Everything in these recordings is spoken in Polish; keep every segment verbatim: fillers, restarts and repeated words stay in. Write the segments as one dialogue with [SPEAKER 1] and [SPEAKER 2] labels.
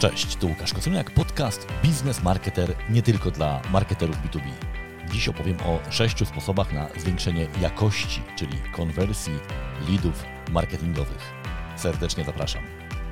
[SPEAKER 1] Cześć, tu Łukasz Kosuniak, podcast Biznes Marketer nie tylko dla marketerów B dwa B. Dziś opowiem o sześciu sposobach na zwiększenie jakości, czyli konwersji leadów marketingowych. Serdecznie zapraszam.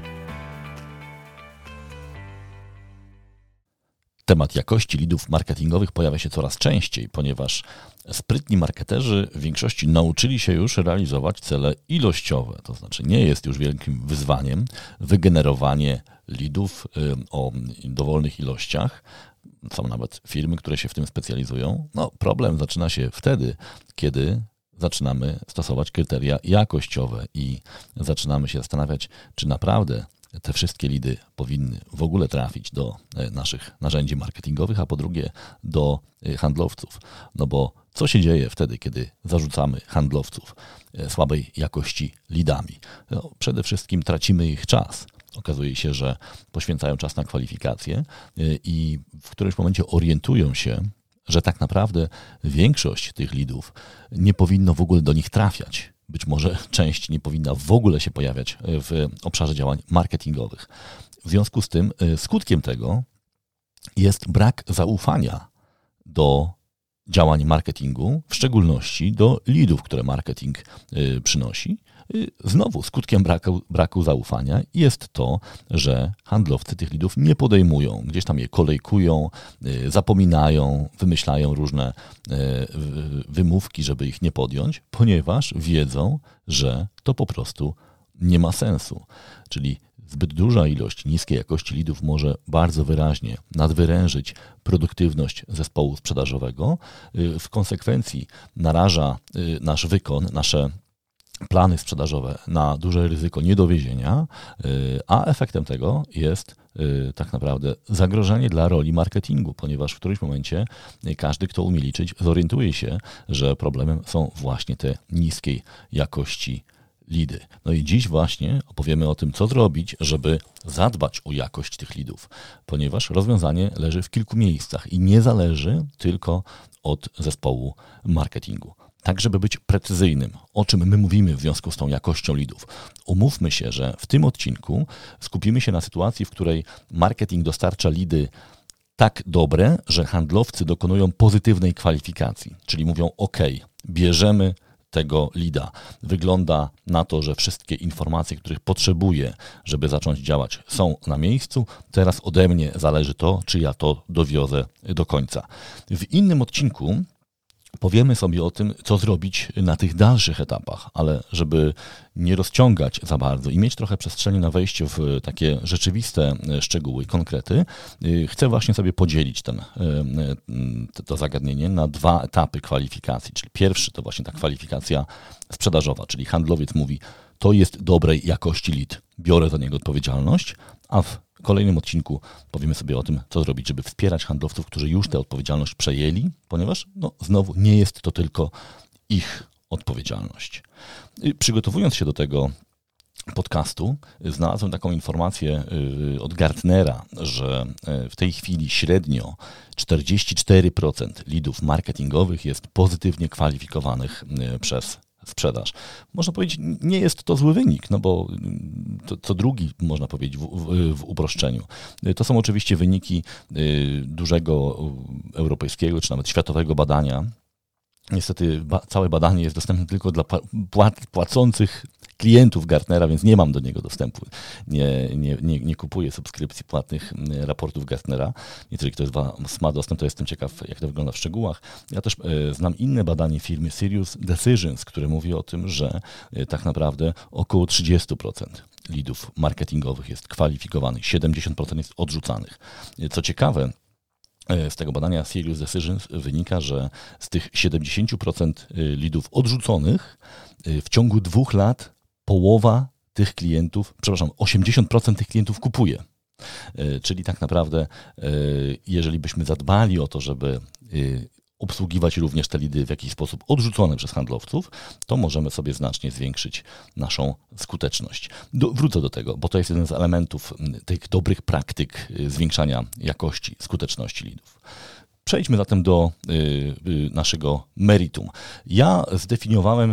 [SPEAKER 1] Temat jakości leadów marketingowych pojawia się coraz częściej, ponieważ sprytni marketerzy w większości nauczyli się już realizować cele ilościowe. To znaczy nie jest już wielkim wyzwaniem wygenerowanie leadów o dowolnych ilościach. Są nawet firmy, które się w tym specjalizują. No, problem zaczyna się wtedy, kiedy zaczynamy stosować kryteria jakościowe i zaczynamy się zastanawiać, czy naprawdę te wszystkie leady powinny w ogóle trafić do naszych narzędzi marketingowych, a po drugie do handlowców. No bo co się dzieje wtedy, kiedy zarzucamy handlowców słabej jakości leadami? No, przede wszystkim tracimy ich czas. Okazuje się, że poświęcają czas na kwalifikacje i w którymś momencie orientują się, że tak naprawdę większość tych leadów nie powinno w ogóle do nich trafiać. Być może część nie powinna w ogóle się pojawiać w obszarze działań marketingowych. W związku z tym skutkiem tego jest brak zaufania do działań marketingu, w szczególności do leadów, które marketing przynosi. Znowu skutkiem braku, braku zaufania jest to, że handlowcy tych leadów nie podejmują, gdzieś tam je kolejkują, zapominają, wymyślają różne wymówki, żeby ich nie podjąć, ponieważ wiedzą, że to po prostu nie ma sensu. Czyli zbyt duża ilość niskiej jakości leadów może bardzo wyraźnie nadwyrężyć produktywność zespołu sprzedażowego. W konsekwencji naraża nasz wykon, nasze plany sprzedażowe na duże ryzyko niedowiezienia, a efektem tego jest tak naprawdę zagrożenie dla roli marketingu, ponieważ w którymś momencie każdy, kto umie liczyć, zorientuje się, że problemem są właśnie te niskiej jakości leady. No i dziś właśnie opowiemy o tym, co zrobić, żeby zadbać o jakość tych leadów, ponieważ rozwiązanie leży w kilku miejscach i nie zależy tylko od zespołu marketingu. Tak, żeby być precyzyjnym, o czym my mówimy w związku z tą jakością leadów. Umówmy się, że w tym odcinku skupimy się na sytuacji, w której marketing dostarcza leady tak dobre, że handlowcy dokonują pozytywnej kwalifikacji, czyli mówią: OK, bierzemy tego leada. Wygląda na to, że wszystkie informacje, których potrzebuję, żeby zacząć działać, są na miejscu. Teraz ode mnie zależy to, czy ja to dowiozę do końca. W innym odcinku powiemy sobie o tym, co zrobić na tych dalszych etapach, ale żeby nie rozciągać za bardzo i mieć trochę przestrzeni na wejście w takie rzeczywiste szczegóły, konkrety, chcę właśnie sobie podzielić ten, to zagadnienie na dwa etapy kwalifikacji. Czyli pierwszy to właśnie ta kwalifikacja sprzedażowa, czyli handlowiec mówi: to jest dobrej jakości lead, biorę za niego odpowiedzialność, a w W kolejnym odcinku powiemy sobie o tym, co zrobić, żeby wspierać handlowców, którzy już tę odpowiedzialność przejęli, ponieważ no, znowu nie jest to tylko ich odpowiedzialność. Przygotowując się do tego podcastu, znalazłem taką informację od Gartnera, że w tej chwili średnio czterdzieści cztery procent leadów marketingowych jest pozytywnie kwalifikowanych przez sprzedaż. Można powiedzieć, nie jest to zły wynik, no bo to, co drugi, można powiedzieć, w, w, w uproszczeniu. To są oczywiście wyniki dużego europejskiego, czy nawet światowego badania. Niestety ba, całe badanie jest dostępne tylko dla płac, płacących klientów Gartnera, więc nie mam do niego dostępu. Nie, nie, nie, nie kupuję subskrypcji płatnych raportów Gartnera. Jeżeli ktoś z Was ma dostęp, to jestem ciekaw, jak to wygląda w szczegółach. Ja też e, znam inne badanie firmy Serious Decisions, które mówi o tym, że e, tak naprawdę około trzydzieści procent leadów marketingowych jest kwalifikowanych, siedemdziesiąt procent jest odrzucanych. Co ciekawe, z tego badania Serious Decisions wynika, że z tych siedemdziesiąt procent leadów odrzuconych w ciągu dwóch lat połowa tych klientów, przepraszam, osiemdziesiąt procent tych klientów kupuje. Czyli tak naprawdę, jeżeli byśmy zadbali o to, żeby obsługiwać również te leady w jakiś sposób odrzucone przez handlowców, to możemy sobie znacznie zwiększyć naszą skuteczność. Do, wrócę do tego, bo to jest jeden z elementów tych dobrych praktyk zwiększania jakości, skuteczności leadów. Przejdźmy zatem do y, y, naszego meritum. Ja zdefiniowałem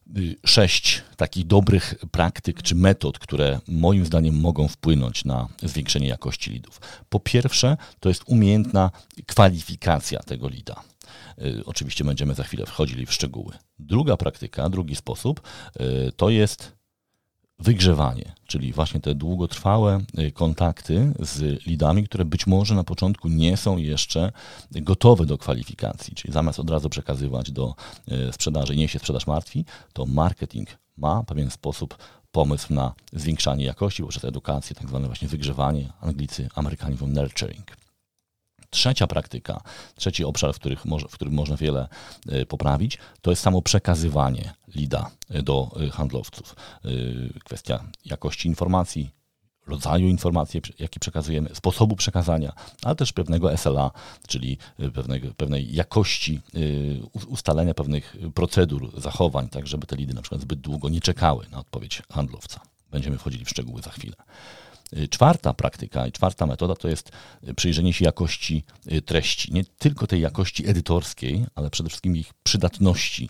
[SPEAKER 1] sześć takich dobrych praktyk czy metod, które moim zdaniem mogą wpłynąć na zwiększenie jakości leadów. Po pierwsze, to jest umiejętna kwalifikacja tego leada. Oczywiście będziemy za chwilę wchodzili w szczegóły. Druga praktyka, drugi sposób to jest wygrzewanie, czyli właśnie te długotrwałe kontakty z leadami, które być może na początku nie są jeszcze gotowe do kwalifikacji, czyli zamiast od razu przekazywać do sprzedaży, niech się sprzedaż martwi, to marketing ma pewien sposób, pomysł na zwiększanie jakości poprzez edukację, tak zwane właśnie wygrzewanie, Anglicy, Amerykanie mówią nurturing. Trzecia praktyka, trzeci obszar, w, których może, w którym można wiele poprawić, to jest samo przekazywanie leada do handlowców. Kwestia jakości informacji, rodzaju informacji, jakie przekazujemy, sposobu przekazania, ale też pewnego S L A, czyli pewnego, pewnej jakości ustalenia pewnych procedur, zachowań, tak żeby te leady na przykład zbyt długo nie czekały na odpowiedź handlowca. Będziemy wchodzili w szczegóły za chwilę. Czwarta praktyka i czwarta metoda to jest przyjrzenie się jakości treści. Nie tylko tej jakości edytorskiej, ale przede wszystkim ich przydatności.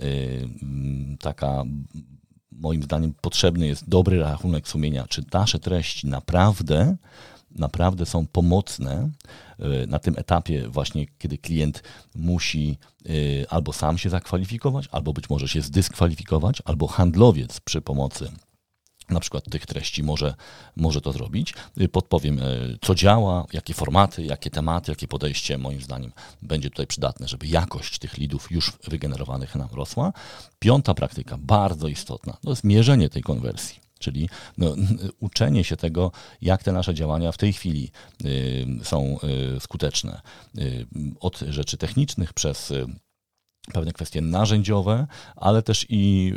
[SPEAKER 1] Taka, moim zdaniem, potrzebny jest dobry rachunek sumienia, czy nasze treści naprawdę, naprawdę są pomocne na tym etapie właśnie, kiedy klient musi albo sam się zakwalifikować, albo być może się zdyskwalifikować, albo handlowiec przy pomocy na przykład tych treści może, może to zrobić. Podpowiem, co działa, jakie formaty, jakie tematy, jakie podejście moim zdaniem będzie tutaj przydatne, żeby jakość tych leadów już wygenerowanych nam rosła. Piąta praktyka, bardzo istotna, to jest mierzenie tej konwersji. Czyli no, uczenie się tego, jak te nasze działania w tej chwili y, są y, skuteczne. Y, od rzeczy technicznych przez y, pewne kwestie narzędziowe, ale też i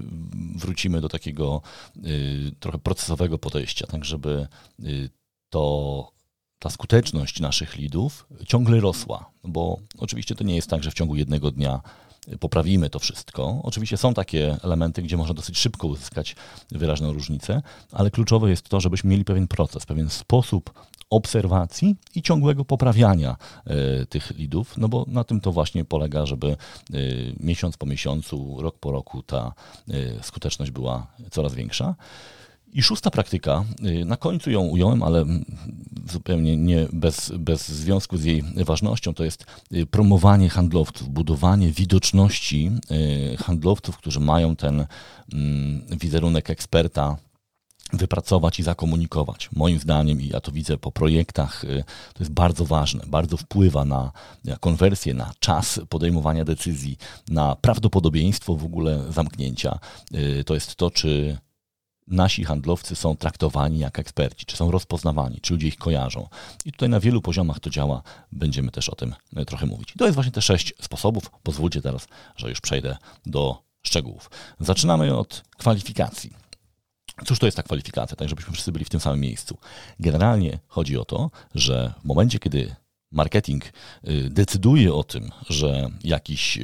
[SPEAKER 1] y, wrócimy do takiego y, trochę procesowego podejścia, tak żeby y, to, ta skuteczność naszych leadów ciągle rosła, bo oczywiście to nie jest tak, że w ciągu jednego dnia poprawimy to wszystko. Oczywiście są takie elementy, gdzie można dosyć szybko uzyskać wyraźną różnicę, ale kluczowe jest to, żebyśmy mieli pewien proces, pewien sposób obserwacji i ciągłego poprawiania y, tych leadów, no bo na tym to właśnie polega, żeby y, miesiąc po miesiącu, rok po roku ta y, skuteczność była coraz większa. I szósta praktyka, y, na końcu ją ująłem, ale zupełnie nie bez, bez związku z jej ważnością, to jest y, promowanie handlowców, budowanie widoczności y, handlowców, którzy mają ten y, wizerunek eksperta wypracować i zakomunikować. Moim zdaniem, i ja to widzę po projektach, to jest bardzo ważne, bardzo wpływa na konwersję, na czas podejmowania decyzji, na prawdopodobieństwo w ogóle zamknięcia. To jest to, czy nasi handlowcy są traktowani jak eksperci, czy są rozpoznawani, czy ludzie ich kojarzą. I tutaj na wielu poziomach to działa, będziemy też o tym trochę mówić. I to jest właśnie te sześć sposobów. Pozwólcie teraz, że już przejdę do szczegółów. Zaczynamy od kwalifikacji. Cóż to jest ta kwalifikacja, tak żebyśmy wszyscy byli w tym samym miejscu? Generalnie chodzi o to, że w momencie, kiedy marketing decyduje o tym, że jakiś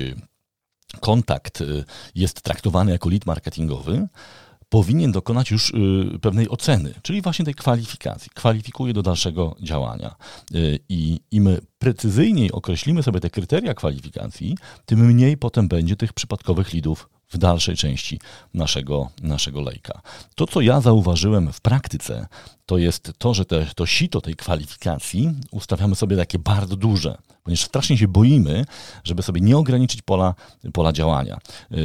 [SPEAKER 1] kontakt jest traktowany jako lead marketingowy, powinien dokonać już pewnej oceny, czyli właśnie tej kwalifikacji. Kwalifikuje do dalszego działania. I im precyzyjniej określimy sobie te kryteria kwalifikacji, tym mniej potem będzie tych przypadkowych leadów w dalszej części naszego, naszego lejka. To, co ja zauważyłem w praktyce, to jest to, że te, to sito tej kwalifikacji ustawiamy sobie takie bardzo duże, ponieważ strasznie się boimy, żeby sobie nie ograniczyć pola, pola działania.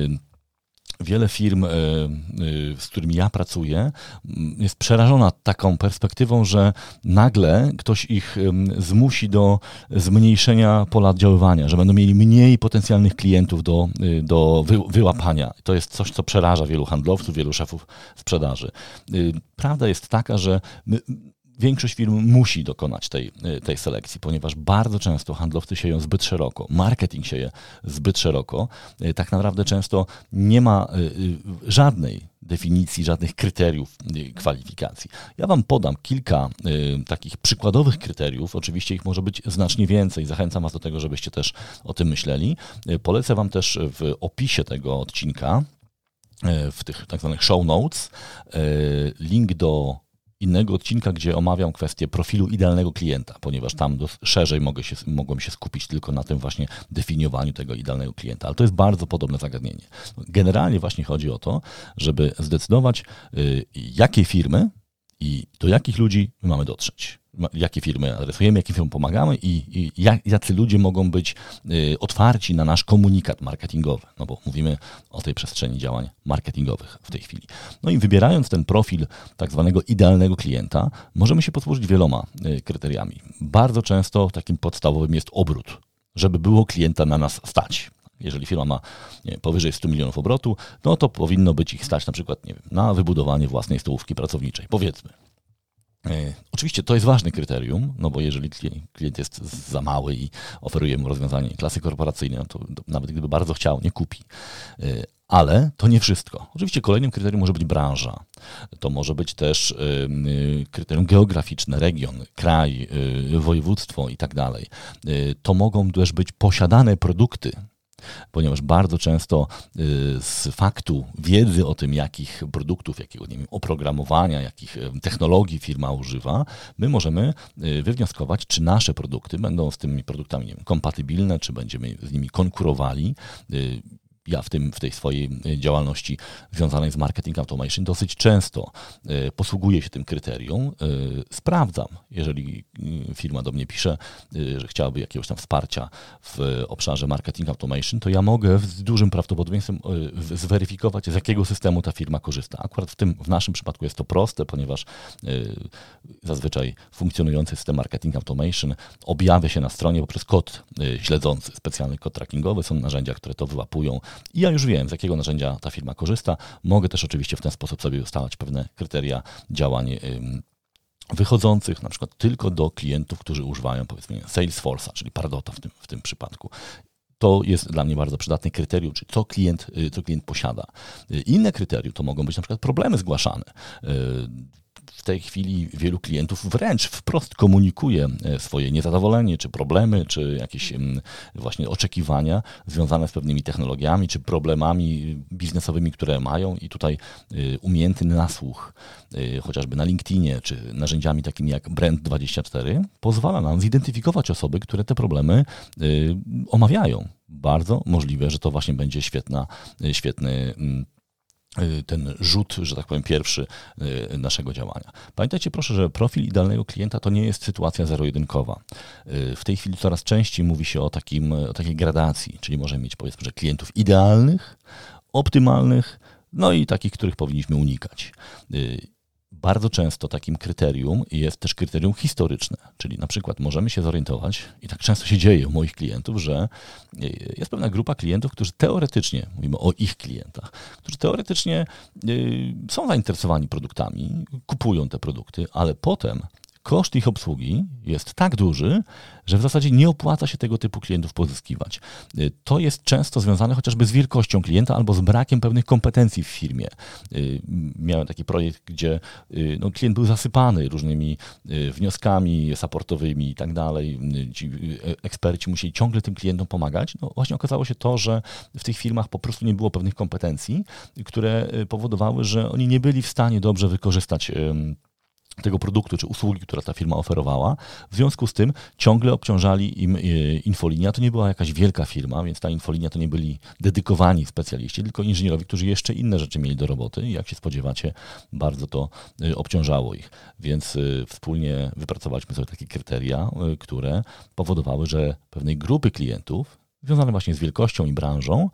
[SPEAKER 1] Wiele firm, z którymi ja pracuję, jest przerażona taką perspektywą, że nagle ktoś ich zmusi do zmniejszenia pola oddziaływania, że będą mieli mniej potencjalnych klientów do, do wyłapania. To jest coś, co przeraża wielu handlowców, wielu szefów sprzedaży. Prawda jest taka, że my, większość firm musi dokonać tej, tej selekcji, ponieważ bardzo często handlowcy sieją zbyt szeroko, marketing sieje zbyt szeroko. Tak naprawdę często nie ma żadnej definicji, żadnych kryteriów kwalifikacji. Ja Wam podam kilka y, takich przykładowych kryteriów, oczywiście ich może być znacznie więcej, zachęcam Was do tego, żebyście też o tym myśleli. Y, polecę Wam też w opisie tego odcinka, y, w tych tak zwanych show notes, y, link do innego odcinka, gdzie omawiam kwestię profilu idealnego klienta, ponieważ tam dos- szerzej mogę się, mogłem się skupić tylko na tym właśnie definiowaniu tego idealnego klienta, ale to jest bardzo podobne zagadnienie. Generalnie właśnie chodzi o to, żeby zdecydować, y, jakie firmy i do jakich ludzi my mamy dotrzeć. Jakie firmy adresujemy, jakim firmom pomagamy i, i jak, jacy ludzie mogą być y, otwarci na nasz komunikat marketingowy, no bo mówimy o tej przestrzeni działań marketingowych w tej chwili. No i wybierając ten profil tak zwanego idealnego klienta, możemy się posłużyć wieloma y, kryteriami. Bardzo często takim podstawowym jest obrót, żeby było klienta na nas stać. Jeżeli firma ma nie, powyżej stu milionów obrotu, no to powinno być ich stać na przykład nie wiem, na wybudowanie własnej stołówki pracowniczej, powiedzmy. E, oczywiście to jest ważne kryterium, no bo jeżeli klient jest za mały i oferuje mu rozwiązanie klasy korporacyjnej, no to, to nawet gdyby bardzo chciał, nie kupi. E, ale to nie wszystko. Oczywiście kolejnym kryterium może być branża. To może być też y, kryterium geograficzne, region, kraj, y, województwo i tak dalej. Y, to mogą też być posiadane produkty, ponieważ bardzo często z faktu wiedzy o tym, jakich produktów, jakiego nie wiem, oprogramowania, jakich technologii firma używa, my możemy wywnioskować, czy nasze produkty będą z tymi produktami nie wiem, kompatybilne, czy będziemy z nimi konkurowali. Ja w, tym, w tej swojej działalności związanej z marketing automation dosyć często y, posługuję się tym kryterium. Y, sprawdzam, jeżeli firma do mnie pisze, y, że chciałaby jakiegoś tam wsparcia w obszarze marketing automation, to ja mogę z dużym prawdopodobieństwem y, zweryfikować, z jakiego systemu ta firma korzysta. Akurat w tym, w naszym przypadku jest to proste, ponieważ y, zazwyczaj funkcjonujący system marketing automation objawia się na stronie poprzez kod y, śledzący, specjalny kod trackingowy. Są narzędzia, które to wyłapują. I ja już wiem, z jakiego narzędzia ta firma korzysta. Mogę też oczywiście w ten sposób sobie ustalać pewne kryteria działań wychodzących na przykład tylko do klientów, którzy używają powiedzmy Salesforce'a, czyli Pardota w tym, w tym przypadku. To jest dla mnie bardzo przydatne kryterium, czyli co klient, co klient posiada. Inne kryterium to mogą być na przykład problemy zgłaszane. W tej chwili wielu klientów wręcz wprost komunikuje swoje niezadowolenie, czy problemy, czy jakieś właśnie oczekiwania związane z pewnymi technologiami, czy problemami biznesowymi, które mają i tutaj umiejętny nasłuch, chociażby na LinkedInie, czy narzędziami takimi jak Brand dwadzieścia cztery, pozwala nam zidentyfikować osoby, które te problemy omawiają. Bardzo możliwe, że to właśnie będzie świetna, świetny ten rzut, że tak powiem, pierwszy naszego działania. Pamiętajcie proszę, że profil idealnego klienta to nie jest sytuacja zero-jedynkowa. W tej chwili coraz częściej mówi się o, takim, o takiej gradacji, czyli możemy mieć powiedzmy, że klientów idealnych, optymalnych, no i takich, których powinniśmy unikać. Bardzo często takim kryterium jest też kryterium historyczne, czyli na przykład możemy się zorientować, i tak często się dzieje u moich klientów, że jest pewna grupa klientów, którzy teoretycznie, mówimy o ich klientach, którzy teoretycznie są zainteresowani produktami, kupują te produkty, ale potem koszt ich obsługi jest tak duży, że w zasadzie nie opłaca się tego typu klientów pozyskiwać. To jest często związane chociażby z wielkością klienta albo z brakiem pewnych kompetencji w firmie. Miałem taki projekt, gdzie no, klient był zasypany różnymi wnioskami supportowymi i tak dalej. Ci eksperci musieli ciągle tym klientom pomagać. No właśnie okazało się to, że w tych firmach po prostu nie było pewnych kompetencji, które powodowały, że oni nie byli w stanie dobrze wykorzystać tego produktu czy usługi, która ta firma oferowała. W związku z tym ciągle obciążali im infolinia. To nie była jakaś wielka firma, więc ta infolinia to nie byli dedykowani specjaliści, tylko inżynierowie, którzy jeszcze inne rzeczy mieli do roboty i jak się spodziewacie, bardzo to obciążało ich. Więc wspólnie wypracowaliśmy sobie takie kryteria, które powodowały, że pewnej grupy klientów związane właśnie z wielkością i branżą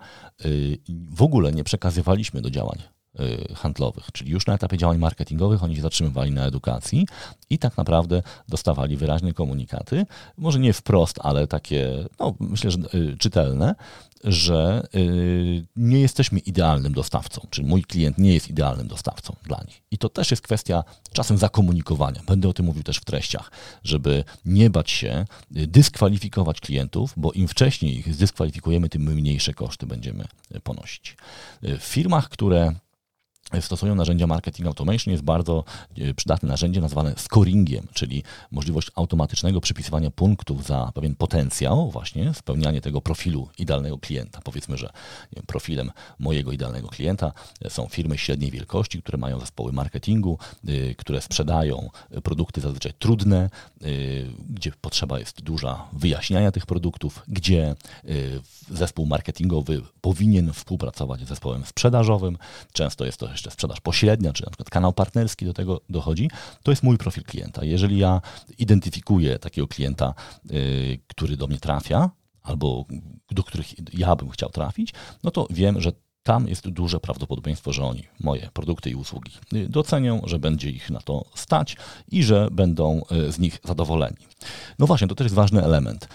[SPEAKER 1] w ogóle nie przekazywaliśmy do działań handlowych, czyli już na etapie działań marketingowych oni się zatrzymywali na edukacji i tak naprawdę dostawali wyraźne komunikaty, może nie wprost, ale takie, no myślę, że czytelne, że nie jesteśmy idealnym dostawcą, czyli mój klient nie jest idealnym dostawcą dla nich. I to też jest kwestia czasem zakomunikowania. Będę o tym mówił też w treściach, żeby nie bać się dyskwalifikować klientów, bo im wcześniej ich zdyskwalifikujemy, tym mniejsze koszty będziemy ponosić. W firmach, które stosują narzędzia Marketing Automation, jest bardzo przydatne narzędzie nazwane scoringiem, czyli możliwość automatycznego przypisywania punktów za pewien potencjał, właśnie spełnianie tego profilu idealnego klienta. Powiedzmy, że nie wiem, profilem mojego idealnego klienta są firmy średniej wielkości, które mają zespoły marketingu, y, które sprzedają produkty zazwyczaj trudne, y, gdzie potrzeba jest duża wyjaśniania tych produktów, gdzie y, zespół marketingowy powinien współpracować z zespołem sprzedażowym. Często jest to jeszcze sprzedaż pośrednia, czy na przykład kanał partnerski do tego dochodzi. To jest mój profil klienta. Jeżeli ja identyfikuję takiego klienta, yy, który do mnie trafia, albo do których ja bym chciał trafić, no to wiem, że tam jest duże prawdopodobieństwo, że oni moje produkty i usługi docenią, że będzie ich na to stać i że będą z nich zadowoleni. No właśnie, to też jest ważny element.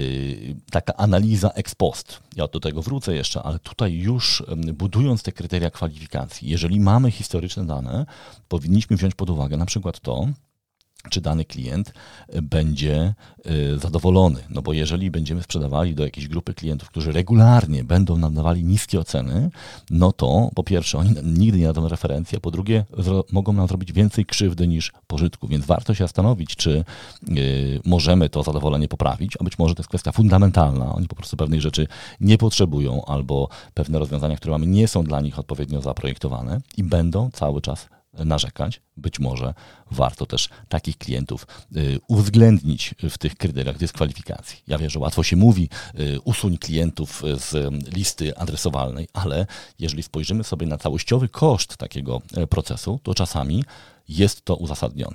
[SPEAKER 1] Taka analiza ex post. Ja do tego wrócę jeszcze, ale tutaj już budując te kryteria kwalifikacji, jeżeli mamy historyczne dane, powinniśmy wziąć pod uwagę na przykład to, czy dany klient będzie zadowolony. No bo jeżeli będziemy sprzedawali do jakiejś grupy klientów, którzy regularnie będą nam dawali niskie oceny, no to po pierwsze oni nigdy nie dadzą referencji, a po drugie zro- mogą nam zrobić więcej krzywdy niż pożytku. Więc warto się zastanowić, czy y, możemy to zadowolenie poprawić, a być może to jest kwestia fundamentalna. Oni po prostu pewnej rzeczy nie potrzebują albo pewne rozwiązania, które mamy, nie są dla nich odpowiednio zaprojektowane i będą cały czas narzekać. Być może warto też takich klientów y, uwzględnić w tych kryteriach dyskwalifikacji. Ja wiem, że łatwo się mówi, y, usuń klientów z listy adresowalnej, ale jeżeli spojrzymy sobie na całościowy koszt takiego procesu, to czasami jest to uzasadnione.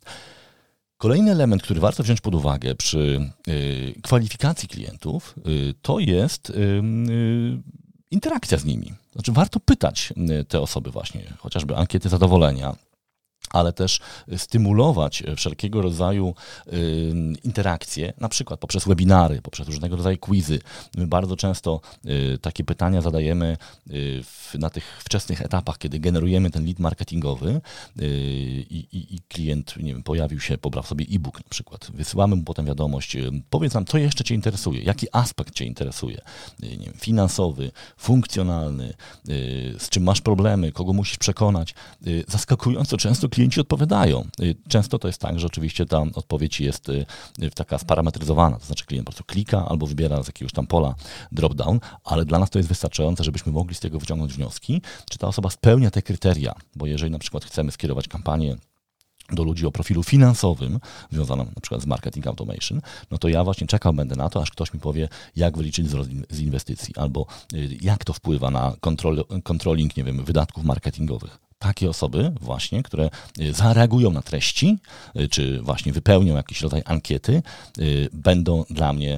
[SPEAKER 1] Kolejny element, który warto wziąć pod uwagę przy y, kwalifikacji klientów, y, to jest y, y, interakcja z nimi. Znaczy warto pytać te osoby właśnie, chociażby ankiety zadowolenia, ale też stymulować wszelkiego rodzaju y, interakcje, na przykład poprzez webinary, poprzez różnego rodzaju quizy. My bardzo często y, takie pytania zadajemy y, w, na tych wczesnych etapach, kiedy generujemy ten lead marketingowy y, i, i klient, nie wiem, pojawił się, pobrał sobie e-book na przykład. Wysyłamy mu potem wiadomość, y, powiedz nam, co jeszcze Cię interesuje, jaki aspekt Cię interesuje, y, nie wiem, finansowy, funkcjonalny, y, z czym masz problemy, kogo musisz przekonać. Y, zaskakująco często klienci odpowiadają. Często to jest tak, że oczywiście ta odpowiedź jest taka sparametryzowana, to znaczy klient po prostu klika albo wybiera z jakiegoś tam pola drop-down, ale dla nas to jest wystarczające, żebyśmy mogli z tego wyciągnąć wnioski, czy ta osoba spełnia te kryteria, bo jeżeli na przykład chcemy skierować kampanię do ludzi o profilu finansowym, związanym na przykład z Marketing Automation, no to ja właśnie czekał będę na to, aż ktoś mi powie, jak wyliczyć wzrost z inwestycji, albo jak to wpływa na kontrol, controlling, nie wiem, wydatków marketingowych. Takie osoby właśnie, które zareagują na treści, czy właśnie wypełnią jakiś rodzaj ankiety, będą dla mnie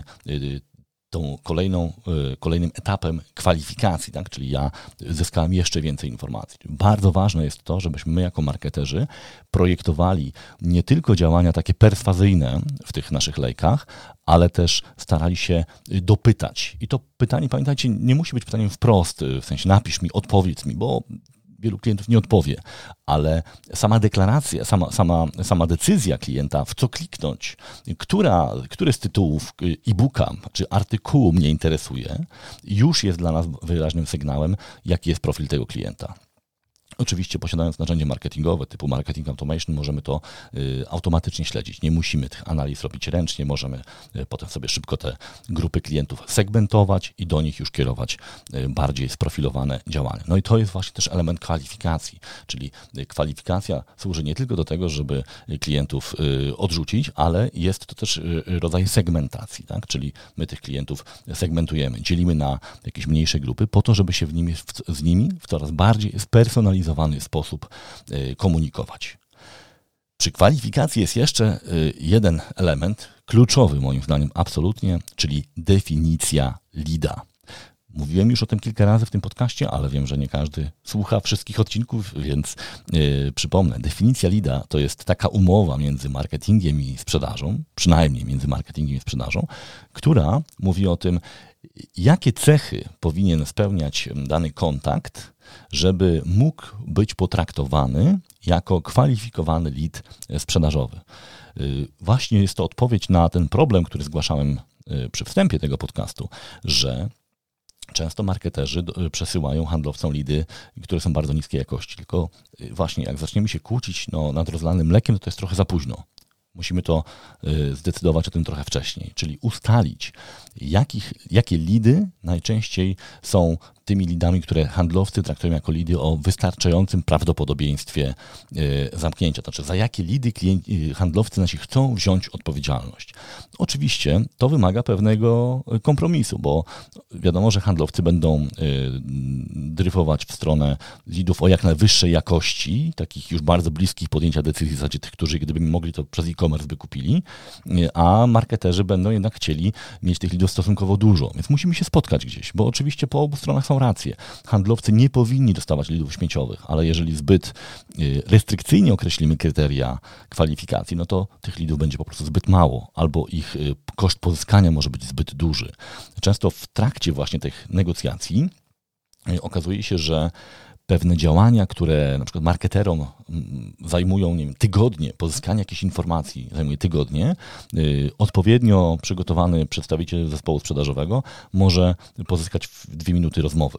[SPEAKER 1] tą kolejną, kolejnym etapem kwalifikacji, tak? Czyli ja zyskałem jeszcze więcej informacji. Bardzo ważne jest to, żebyśmy my jako marketerzy projektowali nie tylko działania takie perswazyjne w tych naszych lejkach, ale też starali się dopytać. I to pytanie, pamiętajcie, nie musi być pytaniem wprost, w sensie napisz mi, odpowiedz mi, bo wielu klientów nie odpowie, ale sama deklaracja, sama, sama, sama decyzja klienta, w co kliknąć, która, który z tytułów e-booka czy artykułu mnie interesuje, już jest dla nas wyraźnym sygnałem, jaki jest profil tego klienta. Oczywiście posiadając narzędzie marketingowe typu Marketing Automation możemy to y, automatycznie śledzić. Nie musimy tych analiz robić ręcznie, możemy y, potem sobie szybko te grupy klientów segmentować i do nich już kierować y, bardziej sprofilowane działania. No i to jest właśnie też element kwalifikacji, czyli y, kwalifikacja służy nie tylko do tego, żeby klientów y, odrzucić, ale jest to też y, rodzaj segmentacji, tak? Czyli my tych klientów segmentujemy, dzielimy na jakieś mniejsze grupy po to, żeby się w nimi, w, z nimi w coraz bardziej spersonalizowany sposób komunikować. Przy kwalifikacji jest jeszcze jeden element, kluczowy moim zdaniem absolutnie, czyli definicja leada. Mówiłem już o tym kilka razy w tym podcaście, ale wiem, że nie każdy słucha wszystkich odcinków, więc yy, przypomnę. Definicja leada to jest taka umowa między marketingiem i sprzedażą, przynajmniej między marketingiem i sprzedażą, która mówi o tym, jakie cechy powinien spełniać dany kontakt, żeby mógł być potraktowany jako kwalifikowany lead sprzedażowy. Właśnie jest to odpowiedź na ten problem, który zgłaszałem przy wstępie tego podcastu, że Często marketerzy przesyłają handlowcom lidy, które są bardzo niskiej jakości. Tylko właśnie jak zaczniemy się kłócić no, nad rozlanym mlekiem, to, to jest trochę za późno. Musimy to zdecydować o tym trochę wcześniej, czyli ustalić, jakich, jakie lidy najczęściej są tymi lidami, które handlowcy traktują jako lidy o wystarczającym prawdopodobieństwie zamknięcia. To znaczy, za jakie lidy klienci, handlowcy nasi chcą wziąć odpowiedzialność. Oczywiście to wymaga pewnego kompromisu, bo wiadomo, że handlowcy będą dryfować w stronę lidów o jak najwyższej jakości, takich już bardzo bliskich podjęcia decyzji, w zasadzie tych, którzy gdyby mogli to przez e-commerce by kupili, a marketerzy będą jednak chcieli mieć tych lidów stosunkowo dużo. Więc musimy się spotkać gdzieś, bo oczywiście po obu stronach są racje. Handlowcy nie powinni dostawać lidów śmieciowych, ale jeżeli zbyt restrykcyjnie określimy kryteria kwalifikacji, no to tych lidów będzie po prostu zbyt mało, albo ich koszt pozyskania może być zbyt duży. Często w trakcie właśnie tych negocjacji okazuje się, że pewne działania, które na przykład marketerom zajmują nie wiem, tygodnie, pozyskanie jakiejś informacji zajmuje tygodnie, yy, odpowiednio przygotowany przedstawiciel zespołu sprzedażowego może pozyskać w dwie minuty rozmowy.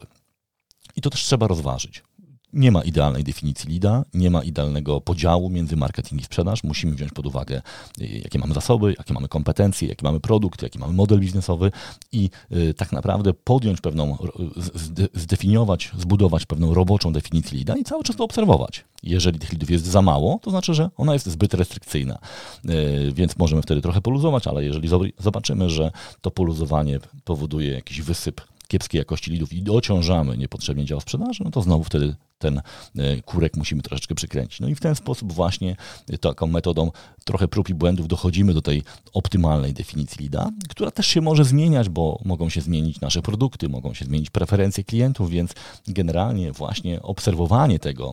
[SPEAKER 1] I to też trzeba rozważyć. Nie ma idealnej definicji lida, nie ma idealnego podziału między marketing i sprzedaż. Musimy wziąć pod uwagę, jakie mamy zasoby, jakie mamy kompetencje, jaki mamy produkt, jaki mamy model biznesowy i y, tak naprawdę podjąć pewną, zde, zdefiniować, zbudować pewną roboczą definicję lida i cały czas to obserwować. Jeżeli tych lidów jest za mało, to znaczy, że ona jest zbyt restrykcyjna, y, więc możemy wtedy trochę poluzować, ale jeżeli zobaczymy, że to poluzowanie powoduje jakiś wysyp kiepskiej jakości lidów i dociążamy niepotrzebnie dział sprzedaży, no to znowu wtedy ten kurek musimy troszeczkę przykręcić. No i w ten sposób właśnie taką metodą trochę prób i błędów dochodzimy do tej optymalnej definicji lida, która też się może zmieniać, bo mogą się zmienić nasze produkty, mogą się zmienić preferencje klientów, więc generalnie właśnie obserwowanie tego,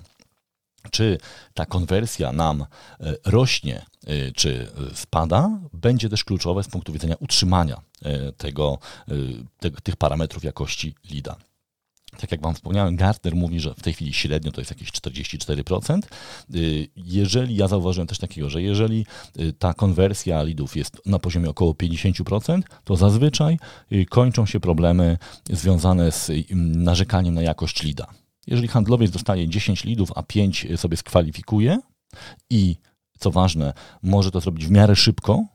[SPEAKER 1] czy ta konwersja nam rośnie, czy spada, będzie też kluczowe z punktu widzenia utrzymania tego, te, tych parametrów jakości lida. Tak jak Wam wspomniałem, Gartner mówi, że w tej chwili średnio to jest jakieś czterdzieści cztery procent. Jeżeli, ja zauważyłem też takiego, że jeżeli ta konwersja lidów jest na poziomie około pięćdziesiąt procent, to zazwyczaj kończą się problemy związane z narzekaniem na jakość lida. Jeżeli handlowiec dostaje dziesięć lidów, a pięć sobie skwalifikuje i, co ważne, może to zrobić w miarę szybko,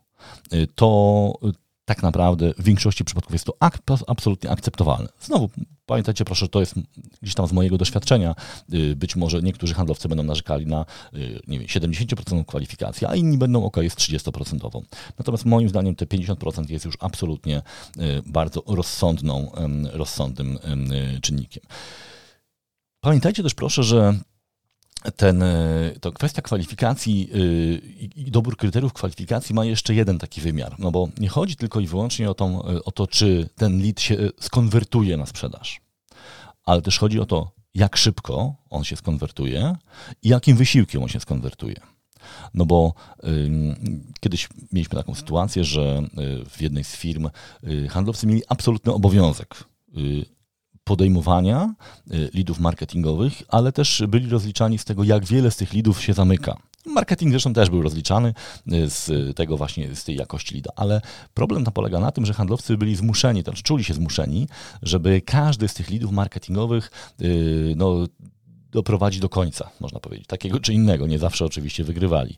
[SPEAKER 1] to tak naprawdę w większości przypadków jest to ak- absolutnie akceptowalne. Znowu, pamiętajcie proszę, to jest gdzieś tam z mojego doświadczenia. Być może niektórzy handlowcy będą narzekali na nie wiem, siedemdziesiąt procent kwalifikacji, a inni będą ok, jest trzydzieści procent. Natomiast moim zdaniem te pięćdziesiąt procent jest już absolutnie bardzo rozsądną, rozsądnym czynnikiem. Pamiętajcie też proszę, że ten, to kwestia kwalifikacji i dobór kryteriów kwalifikacji ma jeszcze jeden taki wymiar, no bo nie chodzi tylko i wyłącznie o, tą, o to, czy ten lead się skonwertuje na sprzedaż, ale też chodzi o to, jak szybko on się skonwertuje i jakim wysiłkiem on się skonwertuje. No bo y, kiedyś mieliśmy taką sytuację, że y, w jednej z firm y, handlowcy mieli absolutny obowiązek y, podejmowania lidów marketingowych, ale też byli rozliczani z tego, jak wiele z tych lidów się zamyka. Marketing zresztą też był rozliczany z tego właśnie, z tej jakości lida, ale problem tam polega na tym, że handlowcy byli zmuszeni, to znaczy czuli się zmuszeni, żeby każdy z tych lidów marketingowych no, doprowadzić do końca, można powiedzieć, takiego czy innego, nie zawsze oczywiście wygrywali.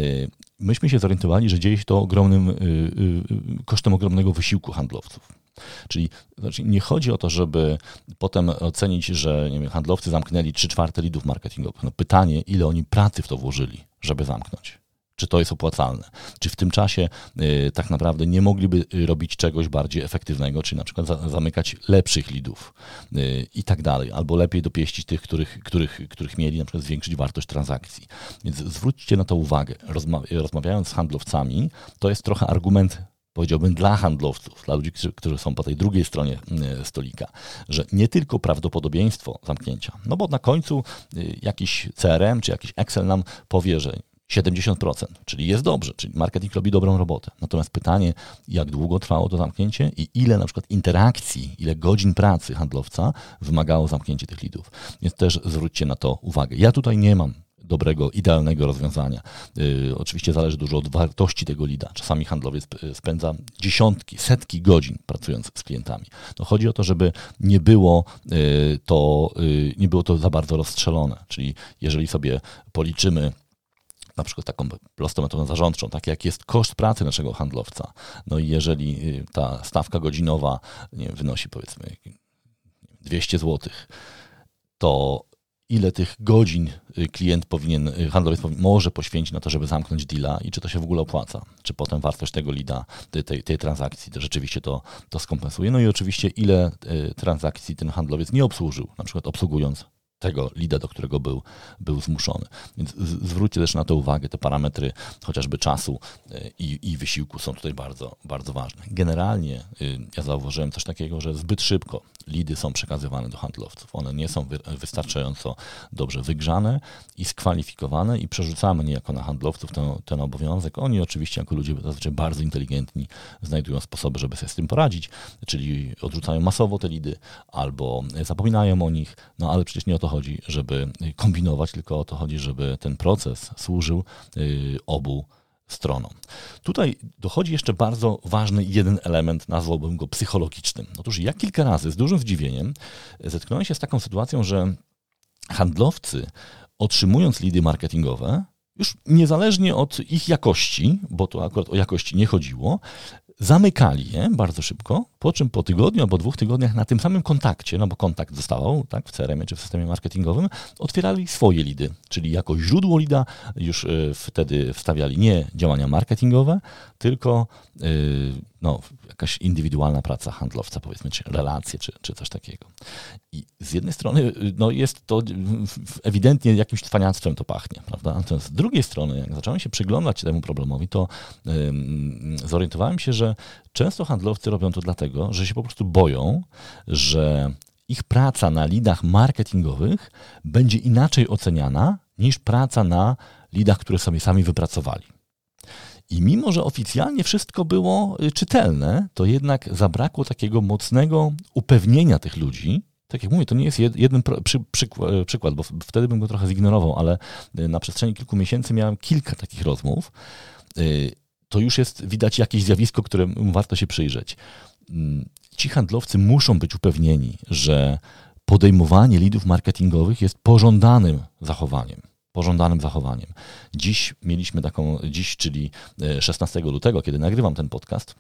[SPEAKER 1] Myśmy się zorientowali, że dzieje się to ogromnym, kosztem ogromnego wysiłku handlowców. Czyli znaczy nie chodzi o to, żeby potem ocenić, że nie wiem, handlowcy zamknęli trzy czwarte lidów marketingowych. No pytanie, ile oni pracy w to włożyli, żeby zamknąć. Czy to jest opłacalne? Czy w tym czasie y, tak naprawdę nie mogliby robić czegoś bardziej efektywnego, czyli na przykład za, zamykać lepszych lidów y, i tak dalej, albo lepiej dopieścić tych, których, których, których mieli, na przykład zwiększyć wartość transakcji. Więc zwróćcie na to uwagę. Rozma- rozmawiając z handlowcami, to jest trochę argument, powiedziałbym, dla handlowców, dla ludzi, którzy, którzy są po tej drugiej stronie stolika, że nie tylko prawdopodobieństwo zamknięcia, no bo na końcu jakiś C R M czy jakiś Excel nam powie, że siedemdziesiąt procent, czyli jest dobrze, czyli marketing robi dobrą robotę. Natomiast pytanie, jak długo trwało to zamknięcie i ile na przykład interakcji, ile godzin pracy handlowca wymagało zamknięcie tych lidów. Więc też zwróćcie na to uwagę. Ja tutaj nie mam dobrego, idealnego rozwiązania. Yy, oczywiście zależy dużo od wartości tego lida. Czasami handlowiec spędza dziesiątki, setki godzin pracując z klientami. No chodzi o to, żeby nie było yy, to, yy, nie było to za bardzo rozstrzelone. Czyli jeżeli sobie policzymy na przykład taką prostą metodą zarządczą, tak jak jest koszt pracy naszego handlowca, no i jeżeli ta stawka godzinowa nie wiem, wynosi powiedzmy dwieście złotych, to ile tych godzin klient powinien, handlowiec powinien, może poświęcić na to, żeby zamknąć deala i czy to się w ogóle opłaca, czy potem wartość tego leada, tej, tej transakcji to rzeczywiście to, to skompensuje. No i oczywiście ile transakcji ten handlowiec nie obsłużył, na przykład obsługując tego leada, do którego był, był zmuszony. Więc zwróćcie też na to uwagę, te parametry chociażby czasu i, i wysiłku są tutaj bardzo, bardzo ważne. Generalnie ja zauważyłem coś takiego, że zbyt szybko leady są przekazywane do handlowców. One nie są wy, wystarczająco dobrze wygrzane i skwalifikowane i przerzucamy niejako na handlowców ten, ten obowiązek. Oni oczywiście jako ludzie zazwyczaj bardzo inteligentni znajdują sposoby, żeby sobie z tym poradzić, czyli odrzucają masowo te leady albo zapominają o nich, no ale przecież nie o to chodzi, żeby kombinować, tylko o to chodzi, żeby ten proces służył obu stronom. Tutaj dochodzi jeszcze bardzo ważny jeden element, nazwałbym go psychologicznym. Otóż ja kilka razy z dużym zdziwieniem zetknąłem się z taką sytuacją, że handlowcy otrzymując leady marketingowe, już niezależnie od ich jakości, bo to akurat o jakości nie chodziło, zamykali je bardzo szybko, po czym po tygodniu albo dwóch tygodniach na tym samym kontakcie, no bo kontakt zostawał tak, w C R M ie czy w systemie marketingowym, otwierali swoje leady, czyli jako źródło leada już y, wtedy wstawiali nie działania marketingowe, tylko y, no, jakaś indywidualna praca handlowca, powiedzmy, czy relacje, czy, czy coś takiego. I z jednej strony no, jest to ewidentnie jakimś cwaniactwem to pachnie, prawda? Natomiast z drugiej strony, jak zacząłem się przyglądać temu problemowi, to y, zorientowałem się, że często handlowcy robią to dlatego, że się po prostu boją, że ich praca na leadach marketingowych będzie inaczej oceniana niż praca na leadach, które sobie sami wypracowali. I mimo, że oficjalnie wszystko było czytelne, to jednak zabrakło takiego mocnego upewnienia tych ludzi. Tak jak mówię, to nie jest jeden przy, przykład, przykład, bo wtedy bym go trochę zignorował, ale na przestrzeni kilku miesięcy miałem kilka takich rozmów. To już jest widać jakieś zjawisko, któremu warto się przyjrzeć. Ci handlowcy muszą być upewnieni, że podejmowanie leadów marketingowych jest pożądanym zachowaniem. Pożądanym zachowaniem. Dziś mieliśmy taką, dziś, czyli szesnastego lutego, kiedy nagrywam ten podcast,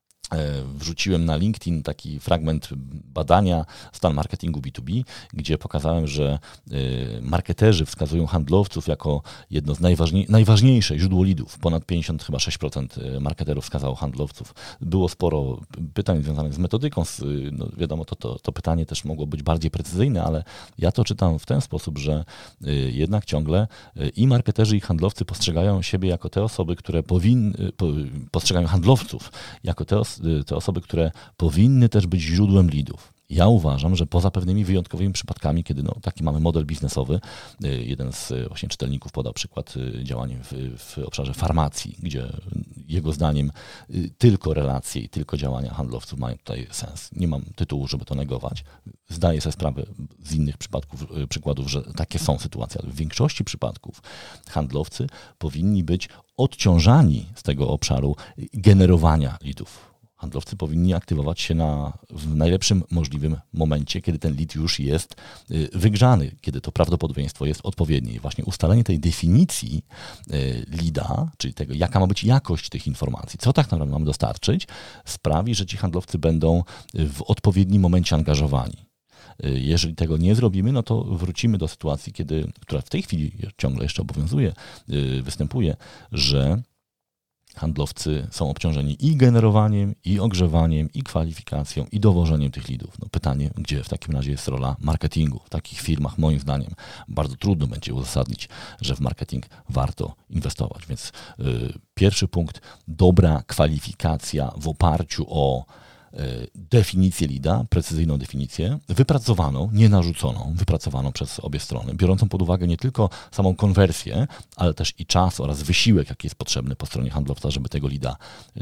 [SPEAKER 1] wrzuciłem na LinkedIn taki fragment badania stan marketingu B dwa B, gdzie pokazałem, że marketerzy wskazują handlowców jako jedno z najważniej, najważniejsze źródło leadów. Ponad pięćdziesiąt, chyba sześć procent marketerów wskazało handlowców. Było sporo pytań związanych z metodyką. No wiadomo, to, to, to pytanie też mogło być bardziej precyzyjne, ale ja to czytam w ten sposób, że jednak ciągle i marketerzy, i handlowcy postrzegają siebie jako te osoby, które powinny, postrzegają handlowców jako te osoby, te osoby, które powinny też być źródłem leadów. Ja uważam, że poza pewnymi wyjątkowymi przypadkami, kiedy no, taki mamy model biznesowy, jeden z właśnie czytelników podał przykład działań w, w obszarze farmacji, gdzie jego zdaniem tylko relacje i tylko działania handlowców mają tutaj sens. Nie mam tytułu, żeby to negować. Zdaję sobie sprawę z innych przypadków, przykładów, że takie są sytuacje, ale w większości przypadków handlowcy powinni być odciążani z tego obszaru generowania leadów. Handlowcy powinni aktywować się na, w najlepszym możliwym momencie, kiedy ten lead już jest wygrzany, kiedy to prawdopodobieństwo jest odpowiednie. I właśnie ustalenie tej definicji leada, czyli tego, jaka ma być jakość tych informacji, co tak naprawdę mamy dostarczyć, sprawi, że ci handlowcy będą w odpowiednim momencie angażowani. Jeżeli tego nie zrobimy, no to wrócimy do sytuacji, kiedy, która w tej chwili ciągle jeszcze obowiązuje, występuje, że handlowcy są obciążeni i generowaniem, i ogrzewaniem, i kwalifikacją, i dowożeniem tych leadów. No pytanie, gdzie w takim razie jest rola marketingu? W takich firmach, moim zdaniem, bardzo trudno będzie uzasadnić, że w marketing warto inwestować. Więc yy, pierwszy punkt, dobra kwalifikacja w oparciu o definicję leada, precyzyjną definicję, wypracowaną, nie narzuconą, wypracowaną przez obie strony, biorącą pod uwagę nie tylko samą konwersję, ale też i czas oraz wysiłek, jaki jest potrzebny po stronie handlowca, żeby tego leada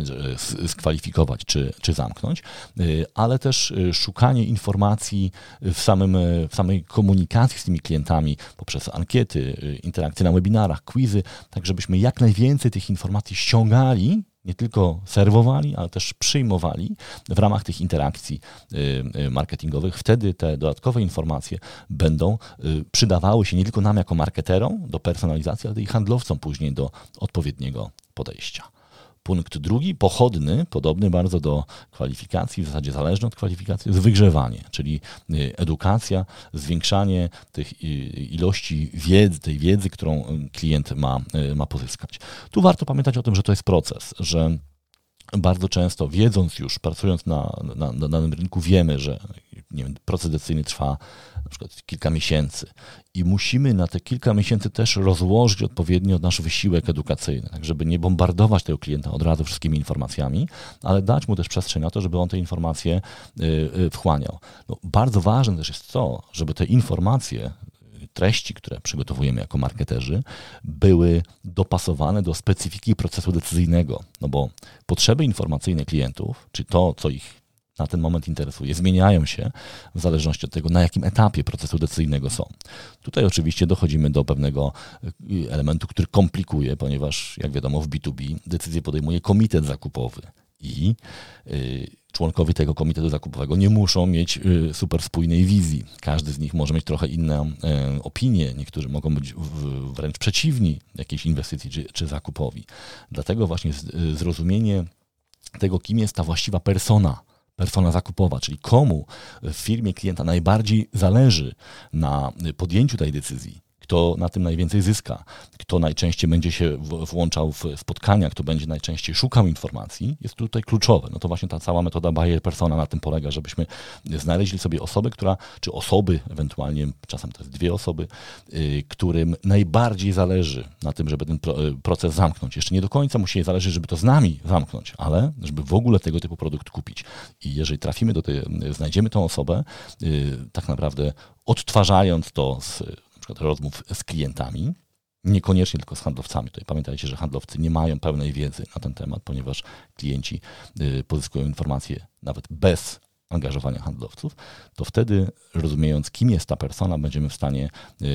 [SPEAKER 1] skwalifikować czy, czy zamknąć, ale też szukanie informacji w, samym, w samej komunikacji z tymi klientami poprzez ankiety, interakcje na webinarach, quizy, tak żebyśmy jak najwięcej tych informacji ściągali, nie tylko serwowali, ale też przyjmowali w ramach tych interakcji marketingowych. Wtedy te dodatkowe informacje będą przydawały się nie tylko nam jako marketerom do personalizacji, ale i handlowcom później do odpowiedniego podejścia. Punkt drugi, pochodny, podobny bardzo do kwalifikacji, w zasadzie zależny od kwalifikacji, jest wygrzewanie, czyli edukacja, zwiększanie tych ilości wiedzy, tej wiedzy, którą klient ma, ma pozyskać. Tu warto pamiętać o tym, że to jest proces, że bardzo często wiedząc już, pracując na, na, na danym rynku, wiemy, że nie wiem, proces decyzyjny trwa na przykład kilka miesięcy i musimy na te kilka miesięcy też rozłożyć odpowiednio nasz wysiłek edukacyjny, tak żeby nie bombardować tego klienta od razu wszystkimi informacjami, ale dać mu też przestrzeń na to, żeby on te informacje y, y, wchłaniał. No, bardzo ważne też jest to, żeby te informacje, treści, które przygotowujemy jako marketerzy, były dopasowane do specyfiki procesu decyzyjnego, no bo potrzeby informacyjne klientów, czy to, co ich na ten moment interesuje, zmieniają się w zależności od tego, na jakim etapie procesu decyzyjnego są. Tutaj oczywiście dochodzimy do pewnego elementu, który komplikuje, ponieważ jak wiadomo w B dwa B decyzję podejmuje komitet zakupowy i yy, członkowie tego komitetu zakupowego nie muszą mieć yy, super spójnej wizji. Każdy z nich może mieć trochę inne yy, opinie, niektórzy mogą być w, wręcz przeciwni jakiejś inwestycji czy, czy zakupowi. Dlatego właśnie z, yy, zrozumienie tego, kim jest ta właściwa persona, persona zakupowa, czyli komu w firmie klienta najbardziej zależy na podjęciu tej decyzji, kto na tym najwięcej zyska, kto najczęściej będzie się włączał w spotkania, kto będzie najczęściej szukał informacji, jest tutaj kluczowe. No to właśnie ta cała metoda buyer persona na tym polega, żebyśmy znaleźli sobie osobę, która, czy osoby, ewentualnie czasem to jest dwie osoby, yy, którym najbardziej zależy na tym, żeby ten pro, yy, proces zamknąć. Jeszcze nie do końca musi jej zależeć, żeby to z nami zamknąć, ale żeby w ogóle tego typu produkt kupić. I jeżeli trafimy do tej, yy, znajdziemy tą osobę, yy, tak naprawdę odtwarzając to z rozmów z klientami, niekoniecznie tylko z handlowcami. Tutaj pamiętajcie, że handlowcy nie mają pełnej wiedzy na ten temat, ponieważ klienci pozyskują informacje nawet bez angażowania handlowców, to wtedy, rozumiejąc, kim jest ta persona, będziemy w stanie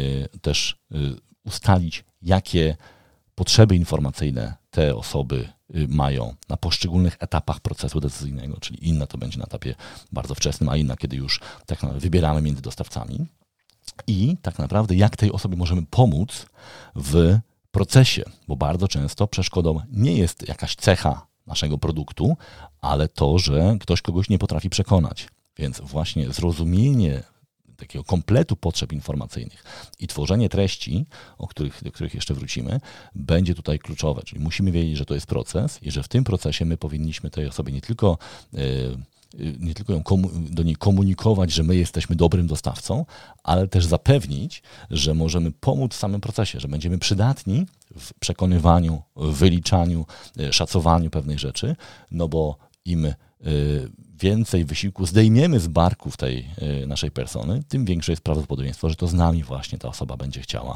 [SPEAKER 1] też ustalić, jakie potrzeby informacyjne te osoby mają na poszczególnych etapach procesu decyzyjnego, czyli inna to będzie na etapie bardzo wczesnym, a inna, kiedy już tak naprawdę wybieramy między dostawcami. I tak naprawdę jak tej osobie możemy pomóc w procesie, bo bardzo często przeszkodą nie jest jakaś cecha naszego produktu, ale to, że ktoś kogoś nie potrafi przekonać. Więc właśnie zrozumienie takiego kompletu potrzeb informacyjnych i tworzenie treści, o których, do których jeszcze wrócimy, będzie tutaj kluczowe. Czyli musimy wiedzieć, że to jest proces i że w tym procesie my powinniśmy tej osobie nie tylko yy, nie tylko ją komu- do niej komunikować, że my jesteśmy dobrym dostawcą, ale też zapewnić, że możemy pomóc w samym procesie, że będziemy przydatni w przekonywaniu, w wyliczaniu, szacowaniu pewnych rzeczy, no bo im więcej wysiłku zdejmiemy z barków tej naszej persony, tym większe jest prawdopodobieństwo, że to z nami właśnie ta osoba będzie chciała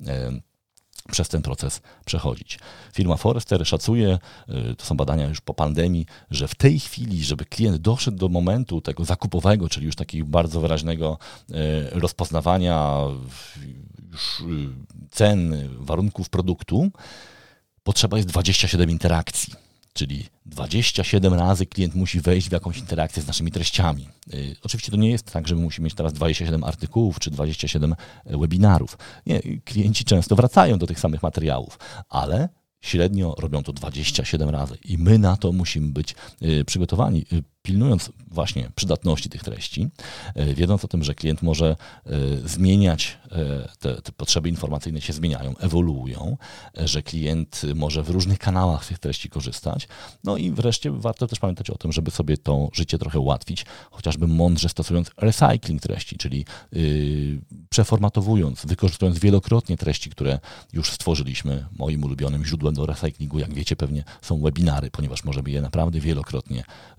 [SPEAKER 1] przez ten proces przechodzić. Firma Forrester szacuje, to są badania już po pandemii, że w tej chwili, żeby klient doszedł do momentu tego zakupowego, czyli już takiego bardzo wyraźnego rozpoznawania już cen, warunków produktu, potrzeba jest dwadzieścia siedem interakcji. Czyli dwadzieścia siedem razy klient musi wejść w jakąś interakcję z naszymi treściami. Yy, oczywiście to nie jest tak, że my musimy mieć teraz dwadzieścia siedem artykułów czy dwadzieścia siedem webinarów. Nie, klienci często wracają do tych samych materiałów, ale średnio robią to dwadzieścia siedem razy i my na to musimy być yy, przygotowani, yy, pilnując właśnie przydatności tych treści, yy, wiedząc o tym, że klient może yy, zmieniać, yy, te, te potrzeby informacyjne się zmieniają, ewoluują, yy, że klient może w różnych kanałach z tych treści korzystać. No i wreszcie warto też pamiętać o tym, żeby sobie to życie trochę ułatwić, chociażby mądrze stosując recycling treści, czyli yy, przeformatowując, wykorzystując wielokrotnie treści, które już stworzyliśmy. Moim ulubionym źródłem do recyklingu, jak wiecie, pewnie są webinary, ponieważ możemy je naprawdę wielokrotnie wykorzystywać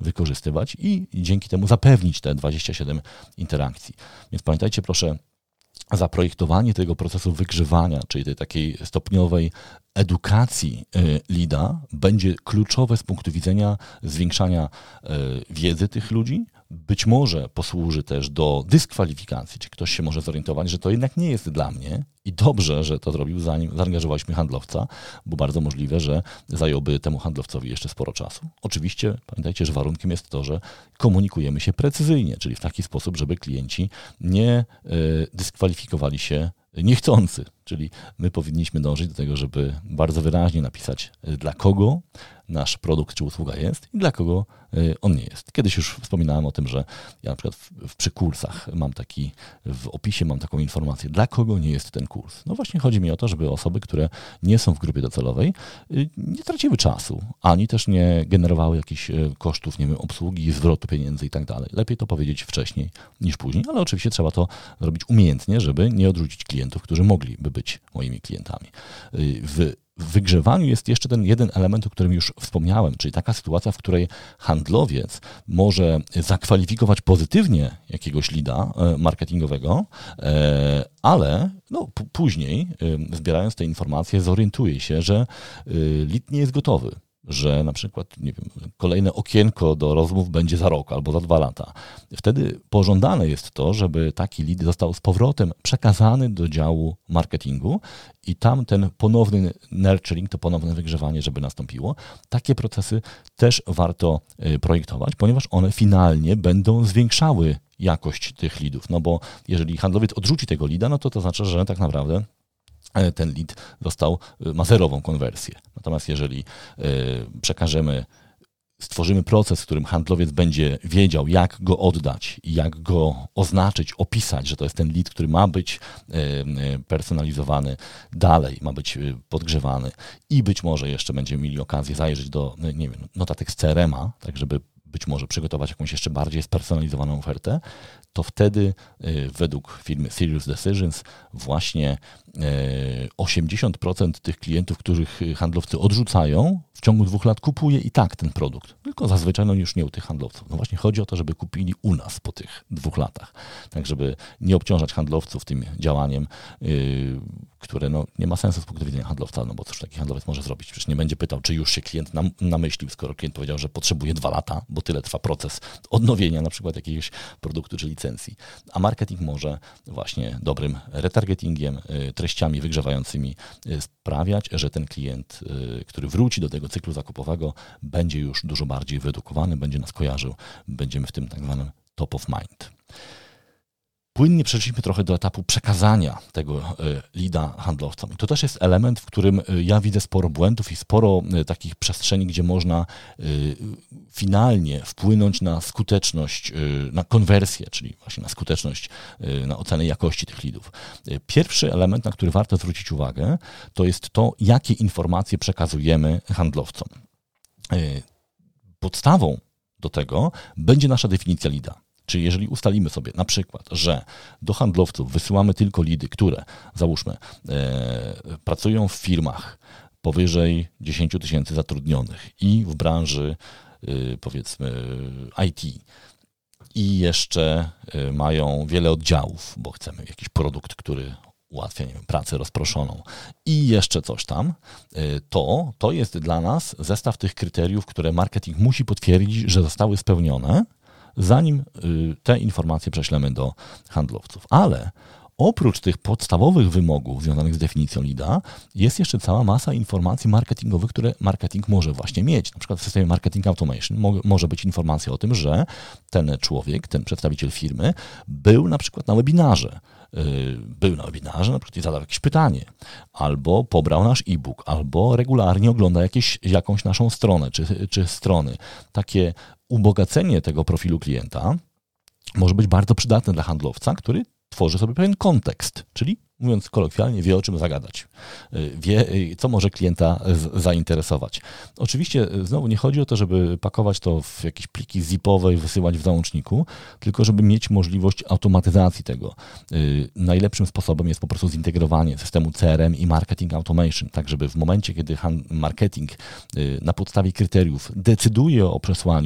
[SPEAKER 1] wypytywać i dzięki temu zapewnić te dwadzieścia siedem interakcji. Więc pamiętajcie proszę, zaprojektowanie tego procesu wygrzewania, czyli tej takiej stopniowej edukacji leada będzie kluczowe z punktu widzenia zwiększania wiedzy tych ludzi. Być może posłuży też do dyskwalifikacji, czy ktoś się może zorientować, że to jednak nie jest dla mnie i dobrze, że to zrobił, zanim zaangażowaliśmy handlowca, bo bardzo możliwe, że zająłby temu handlowcowi jeszcze sporo czasu. Oczywiście pamiętajcie, że warunkiem jest to, że komunikujemy się precyzyjnie, czyli w taki sposób, żeby klienci nie y, dyskwalifikowali się niechcący, czyli my powinniśmy dążyć do tego, żeby bardzo wyraźnie napisać, dla kogo nasz produkt czy usługa jest i dla kogo on nie jest. Kiedyś już wspominałem o tym, że ja na przykład w, w, przy kursach mam taki, w opisie mam taką informację, dla kogo nie jest ten kurs. No właśnie chodzi mi o to, żeby osoby, które nie są w grupie docelowej, nie traciły czasu, ani też nie generowały jakichś kosztów, nie wiem, obsługi, zwrotu pieniędzy i tak dalej. Lepiej to powiedzieć wcześniej niż później, ale oczywiście trzeba to robić umiejętnie, żeby nie odrzucić klientów, którzy mogliby być moimi klientami. W W wygrzewaniu jest jeszcze ten jeden element, o którym już wspomniałem, czyli taka sytuacja, w której handlowiec może zakwalifikować pozytywnie jakiegoś leada marketingowego, ale no, p- później, zbierając te informacje, zorientuje się, że lead nie jest gotowy, że na przykład, nie wiem, kolejne okienko do rozmów będzie za rok albo za dwa lata. Wtedy pożądane jest to, żeby taki lead został z powrotem przekazany do działu marketingu i tam ten ponowny nurturing, to ponowne wygrzewanie, żeby nastąpiło. Takie procesy też warto projektować, ponieważ one finalnie będą zwiększały jakość tych leadów. No bo jeżeli handlowiec odrzuci tego leada, no to to znaczy, że tak naprawdę ten lead został, ma zerową konwersję. Natomiast jeżeli przekażemy, stworzymy proces, w którym handlowiec będzie wiedział, jak go oddać, jak go oznaczyć, opisać, że to jest ten lead, który ma być personalizowany dalej, ma być podgrzewany i być może jeszcze będziemy mieli okazję zajrzeć do, nie wiem, notatek z C R M a, tak żeby być może przygotować jakąś jeszcze bardziej spersonalizowaną ofertę, to wtedy według firmy Serious Decisions właśnie osiemdziesiąt procent tych klientów, których handlowcy odrzucają, w ciągu dwóch lat kupuje i tak ten produkt. Tylko zazwyczaj no już nie u tych handlowców. No właśnie chodzi o to, żeby kupili u nas po tych dwóch latach. Tak, żeby nie obciążać handlowców tym działaniem, yy, które no, nie ma sensu z punktu widzenia handlowca, no bo cóż taki handlowiec może zrobić? Przecież nie będzie pytał, czy już się klient nam, namyślił, skoro klient powiedział, że potrzebuje dwa lata, bo tyle trwa proces odnowienia na przykład jakiegoś produktu czy licencji. A marketing może właśnie dobrym retargetingiem, yy, treściami wygrzewającymi yy, sprawiać, że ten klient, yy, który wróci do tego cyklu zakupowego, będzie już dużo bardziej wyedukowany, będzie nas kojarzył, będziemy w tym tak zwanym top of mind. Płynnie przeszliśmy trochę do etapu przekazania tego leada handlowcom. I to też jest element, w którym ja widzę sporo błędów i sporo takich przestrzeni, gdzie można finalnie wpłynąć na skuteczność, na konwersję, czyli właśnie na skuteczność, na ocenę jakości tych leadów. Pierwszy element, na który warto zwrócić uwagę, to jest to, jakie informacje przekazujemy handlowcom. Podstawą do tego będzie nasza definicja leada. Czyli jeżeli ustalimy sobie na przykład, że do handlowców wysyłamy tylko leady, które, załóżmy, e, pracują w firmach powyżej dziesięć tysięcy zatrudnionych i w branży, e, powiedzmy, I T i jeszcze e, mają wiele oddziałów, bo chcemy jakiś produkt, który ułatwia, nie wiem, pracę rozproszoną i jeszcze coś tam, to, to jest dla nas zestaw tych kryteriów, które marketing musi potwierdzić, że zostały spełnione, zanim te informacje prześlemy do handlowców. Ale oprócz tych podstawowych wymogów związanych z definicją leada jest jeszcze cała masa informacji marketingowych, które marketing może właśnie mieć. Na przykład w systemie Marketing Automation mo- może być informacja o tym, że ten człowiek, ten przedstawiciel firmy był na przykład na webinarze, był na webinarze na przykład i zadał jakieś pytanie, albo pobrał nasz e-book, albo regularnie ogląda jakieś, jakąś naszą stronę czy, czy strony. Takie ubogacenie tego profilu klienta może być bardzo przydatne dla handlowca, który tworzy sobie pewien kontekst, czyli mówiąc kolokwialnie, wie o czym zagadać, wie co może klienta z- zainteresować. Oczywiście znowu nie chodzi o to, żeby pakować to w jakieś pliki zipowe i wysyłać w załączniku, tylko żeby mieć możliwość automatyzacji tego. Najlepszym sposobem jest po prostu zintegrowanie systemu C R M i Marketing Automation, tak żeby w momencie, kiedy marketing na podstawie kryteriów decyduje o przesłaniu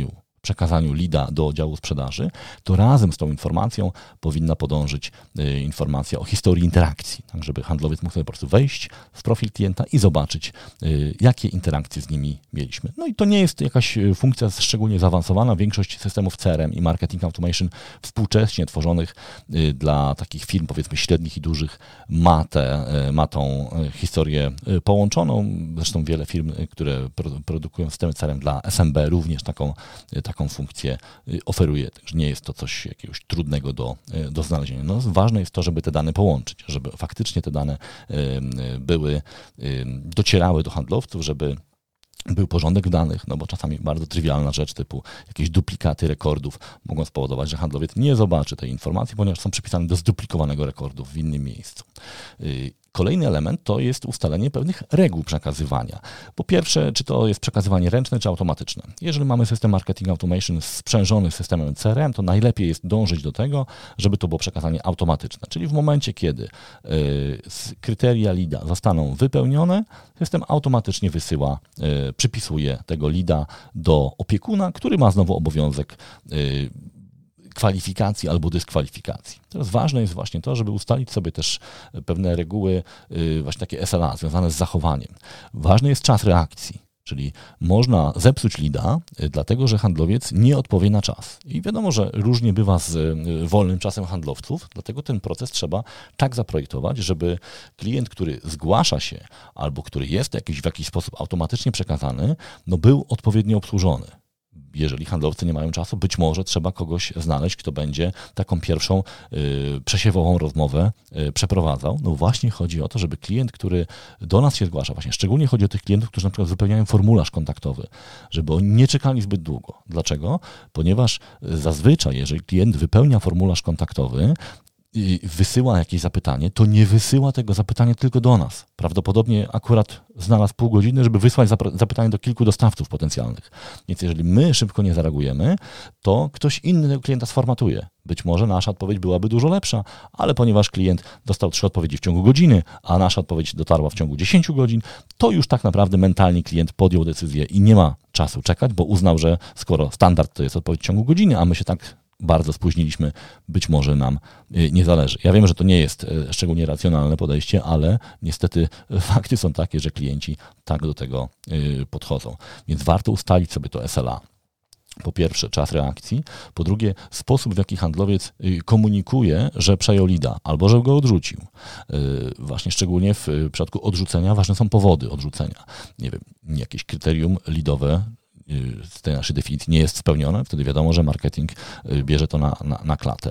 [SPEAKER 1] przekazaniu leada do oddziału sprzedaży, to razem z tą informacją powinna podążyć y, informacja o historii interakcji, tak żeby handlowiec mógł sobie po prostu wejść w profil klienta i zobaczyć, y, jakie interakcje z nimi mieliśmy. No i to nie jest jakaś funkcja szczególnie zaawansowana. Większość systemów C R M i marketing automation współcześnie tworzonych y, dla takich firm, powiedzmy średnich i dużych, ma, te, y, ma tą y, historię y, połączoną. Zresztą wiele firm, y, które pro, produkują systemy C R M dla S M B również taką, y, taką funkcję y, oferuje. Także nie jest to coś jakiegoś trudnego do, y, do znalezienia. No, ważne jest to, żeby te dane połączyć, żeby faktycznie te dane y, y, były, y, docierały do handlowców, żeby był porządek w danych, no bo czasami bardzo trywialna rzecz typu jakieś duplikaty rekordów mogą spowodować, że handlowiec nie zobaczy tej informacji, ponieważ są przypisane do zduplikowanego rekordu w innym miejscu. Kolejny element to jest ustalenie pewnych reguł przekazywania. Po pierwsze, czy to jest przekazywanie ręczne, czy automatyczne. Jeżeli mamy system marketing automation sprzężony z systemem C R M, to najlepiej jest dążyć do tego, żeby to było przekazanie automatyczne. Czyli w momencie, kiedy y, kryteria leada zostaną wypełnione, system automatycznie wysyła, y, przypisuje tego leada do opiekuna, który ma znowu obowiązek y, kwalifikacji albo dyskwalifikacji. Teraz ważne jest właśnie to, żeby ustalić sobie też pewne reguły, właśnie takie S L A związane z zachowaniem. Ważny jest czas reakcji, czyli można zepsuć leada, dlatego że handlowiec nie odpowie na czas. I wiadomo, że różnie bywa z wolnym czasem handlowców, dlatego ten proces trzeba tak zaprojektować, żeby klient, który zgłasza się albo który jest jakiś, w jakiś sposób automatycznie przekazany, no był odpowiednio obsłużony. Jeżeli handlowcy nie mają czasu, być może trzeba kogoś znaleźć, kto będzie taką pierwszą y, przesiewową rozmowę y, przeprowadzał. No właśnie chodzi o to, żeby klient, który do nas się zgłasza, właśnie szczególnie chodzi o tych klientów, którzy na przykład wypełniają formularz kontaktowy, żeby oni nie czekali zbyt długo. Dlaczego? Ponieważ zazwyczaj, jeżeli klient wypełnia formularz kontaktowy, wysyła jakieś zapytanie, to nie wysyła tego zapytania tylko do nas. Prawdopodobnie akurat znalazł pół godziny, żeby wysłać zapytanie do kilku dostawców potencjalnych. Więc jeżeli my szybko nie zareagujemy, to ktoś inny tego klienta sformatuje. Być może nasza odpowiedź byłaby dużo lepsza, ale ponieważ klient dostał trzy odpowiedzi w ciągu godziny, a nasza odpowiedź dotarła w ciągu dziesięciu godzin, to już tak naprawdę mentalnie klient podjął decyzję i nie ma czasu czekać, bo uznał, że skoro standard to jest odpowiedź w ciągu godziny, a my się tak bardzo spóźniliśmy, być może nam nie zależy. Ja wiem, że to nie jest szczególnie racjonalne podejście, ale niestety fakty są takie, że klienci tak do tego podchodzą. Więc warto ustalić sobie to S L A. Po pierwsze czas reakcji, po drugie sposób, w jaki handlowiec komunikuje, że przejął leada albo że go odrzucił. Właśnie szczególnie w przypadku odrzucenia ważne są powody odrzucenia. Nie wiem, jakieś kryterium leadowe z tej naszej definicji nie jest spełnione, wtedy wiadomo, że marketing bierze to na, na, na klatę.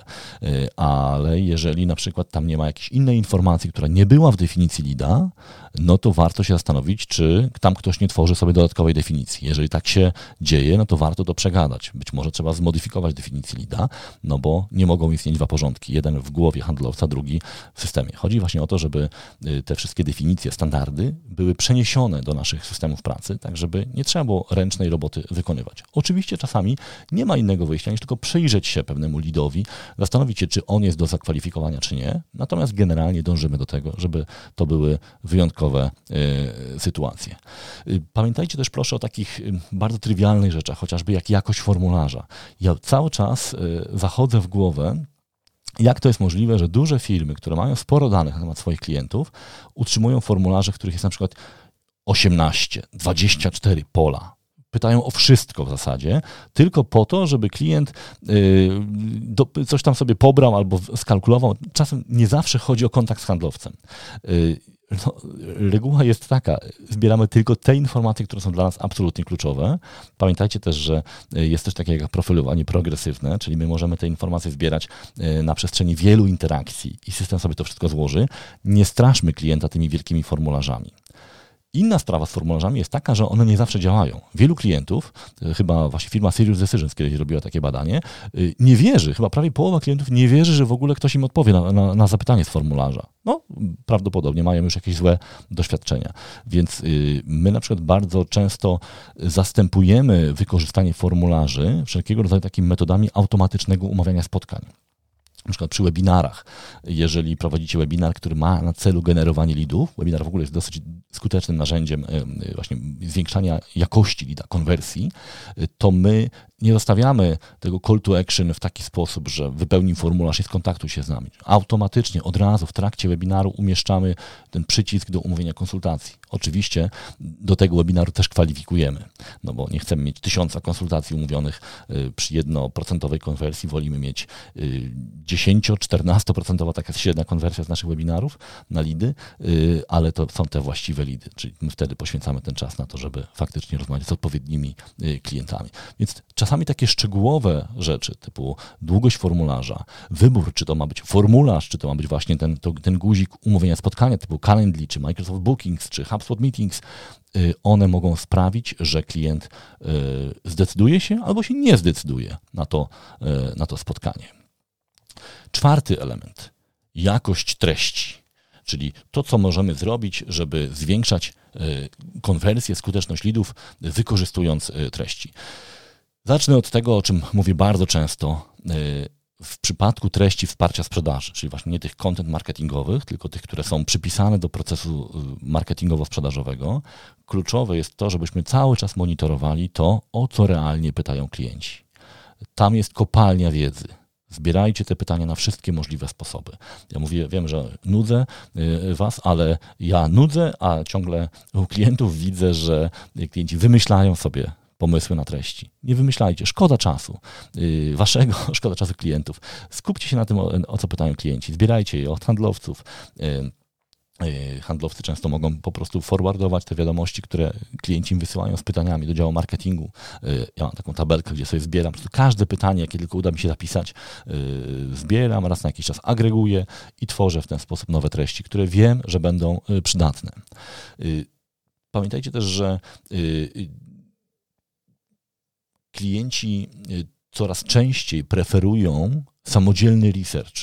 [SPEAKER 1] Ale jeżeli na przykład tam nie ma jakiejś innej informacji, która nie była w definicji leada, no to warto się zastanowić, czy tam ktoś nie tworzy sobie dodatkowej definicji. Jeżeli tak się dzieje, no to warto to przegadać. Być może trzeba zmodyfikować definicję leada, no bo nie mogą istnieć dwa porządki. Jeden w głowie handlowca, drugi w systemie. Chodzi właśnie o to, żeby te wszystkie definicje, standardy były przeniesione do naszych systemów pracy, tak żeby nie trzeba było ręcznej roboty wykonywać. Oczywiście czasami nie ma innego wyjścia, niż tylko przyjrzeć się pewnemu leadowi, zastanowić się, czy on jest do zakwalifikowania, czy nie. Natomiast generalnie dążymy do tego, żeby to były wyjątkowe y, sytuacje. Y, pamiętajcie też proszę o takich y, bardzo trywialnych rzeczach, chociażby jak jakość formularza. Ja cały czas y, zachodzę w głowę, jak to jest możliwe, że duże firmy, które mają sporo danych na temat swoich klientów, utrzymują formularze, w których jest na przykład osiemnaście, dwadzieścia cztery pola. Pytają o wszystko w zasadzie, tylko po to, żeby klient y, do, coś tam sobie pobrał albo skalkulował. Czasem nie zawsze chodzi o kontakt z handlowcem. Y, no, reguła jest taka, zbieramy tylko te informacje, które są dla nas absolutnie kluczowe. Pamiętajcie też, że jest coś takiego jak profilowanie progresywne, czyli my możemy te informacje zbierać na przestrzeni wielu interakcji i system sobie to wszystko złoży. Nie straszmy klienta tymi wielkimi formularzami. Inna sprawa z formularzami jest taka, że one nie zawsze działają. Wielu klientów, chyba właśnie firma Serious Decisions kiedyś robiła takie badanie, nie wierzy, chyba prawie połowa klientów nie wierzy, że w ogóle ktoś im odpowie na, na, na zapytanie z formularza. No, prawdopodobnie mają już jakieś złe doświadczenia. Więc my na przykład bardzo często zastępujemy wykorzystanie formularzy wszelkiego rodzaju takimi metodami automatycznego umawiania spotkań. Na przykład przy webinarach, jeżeli prowadzicie webinar, który ma na celu generowanie leadów, webinar w ogóle jest dosyć skutecznym narzędziem właśnie zwiększania jakości leada, konwersji, to my nie zostawiamy tego call to action w taki sposób, że wypełnij formularz i skontaktuj się z nami. Automatycznie, od razu w trakcie webinaru umieszczamy ten przycisk do umówienia konsultacji. Oczywiście do tego webinaru też kwalifikujemy, no bo nie chcemy mieć tysiąca konsultacji umówionych przy jednoprocentowej konwersji, wolimy mieć dziesięcio-czternastoprocentowa taka średnia konwersja z naszych webinarów na lidy, ale to są te właściwe lidy, czyli my wtedy poświęcamy ten czas na to, żeby faktycznie rozmawiać z odpowiednimi klientami. Więc czasami takie szczegółowe rzeczy typu długość formularza, wybór, czy to ma być formularz, czy to ma być właśnie ten, to, ten guzik umówienia spotkania typu Calendly, czy Microsoft Bookings, czy HubSpot Meetings, one mogą sprawić, że klient zdecyduje się albo się nie zdecyduje na to, na to spotkanie. Czwarty element, jakość treści, czyli to, co możemy zrobić, żeby zwiększać konwersję, skuteczność leadów, wykorzystując treści. Zacznę od tego, o czym mówię bardzo często w przypadku treści wsparcia sprzedaży, czyli właśnie nie tych content marketingowych, tylko tych, które są przypisane do procesu marketingowo-sprzedażowego. Kluczowe jest to, żebyśmy cały czas monitorowali to, o co realnie pytają klienci. Tam jest kopalnia wiedzy. Zbierajcie te pytania na wszystkie możliwe sposoby. Ja mówię, wiem, że nudzę was, ale ja nudzę, a ciągle u klientów widzę, że klienci wymyślają sobie pomysły na treści. Nie wymyślajcie, szkoda czasu yy, waszego, szkoda czasu klientów. Skupcie się na tym, o, o co pytają klienci. Zbierajcie je od handlowców. Yy, yy, handlowcy często mogą po prostu forwardować te wiadomości, które klienci im wysyłają z pytaniami do działu marketingu. Yy, ja mam taką tabelkę, gdzie sobie zbieram po prostu każde pytanie, jakie tylko uda mi się zapisać. Yy, zbieram, raz na jakiś czas agreguję i tworzę w ten sposób nowe treści, które wiem, że będą yy, przydatne. Yy, pamiętajcie też, że yy, klienci coraz częściej preferują samodzielny research.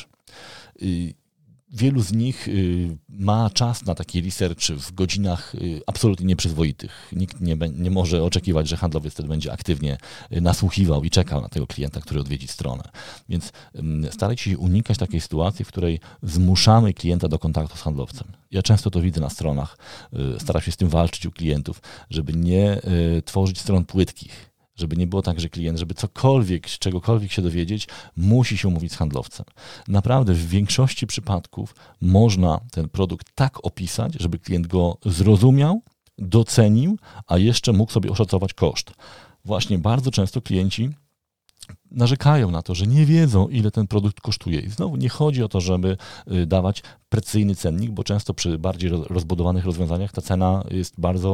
[SPEAKER 1] Wielu z nich ma czas na taki research w godzinach absolutnie nieprzyzwoitych. Nikt nie, nie może oczekiwać, że handlowiec wtedy będzie aktywnie nasłuchiwał i czekał na tego klienta, który odwiedzi stronę. Więc starajcie się unikać takiej sytuacji, w której zmuszamy klienta do kontaktu z handlowcem. Ja często to widzę na stronach, staram się z tym walczyć u klientów, żeby nie tworzyć stron płytkich. Żeby nie było tak, że klient, żeby cokolwiek, czegokolwiek się dowiedzieć, musi się umówić z handlowcem. Naprawdę w większości przypadków można ten produkt tak opisać, żeby klient go zrozumiał, docenił, a jeszcze mógł sobie oszacować koszt. Właśnie bardzo często klienci narzekają na to, że nie wiedzą, ile ten produkt kosztuje. I znowu nie chodzi o to, żeby dawać precyzyjny cennik, bo często przy bardziej rozbudowanych rozwiązaniach ta cena jest bardzo,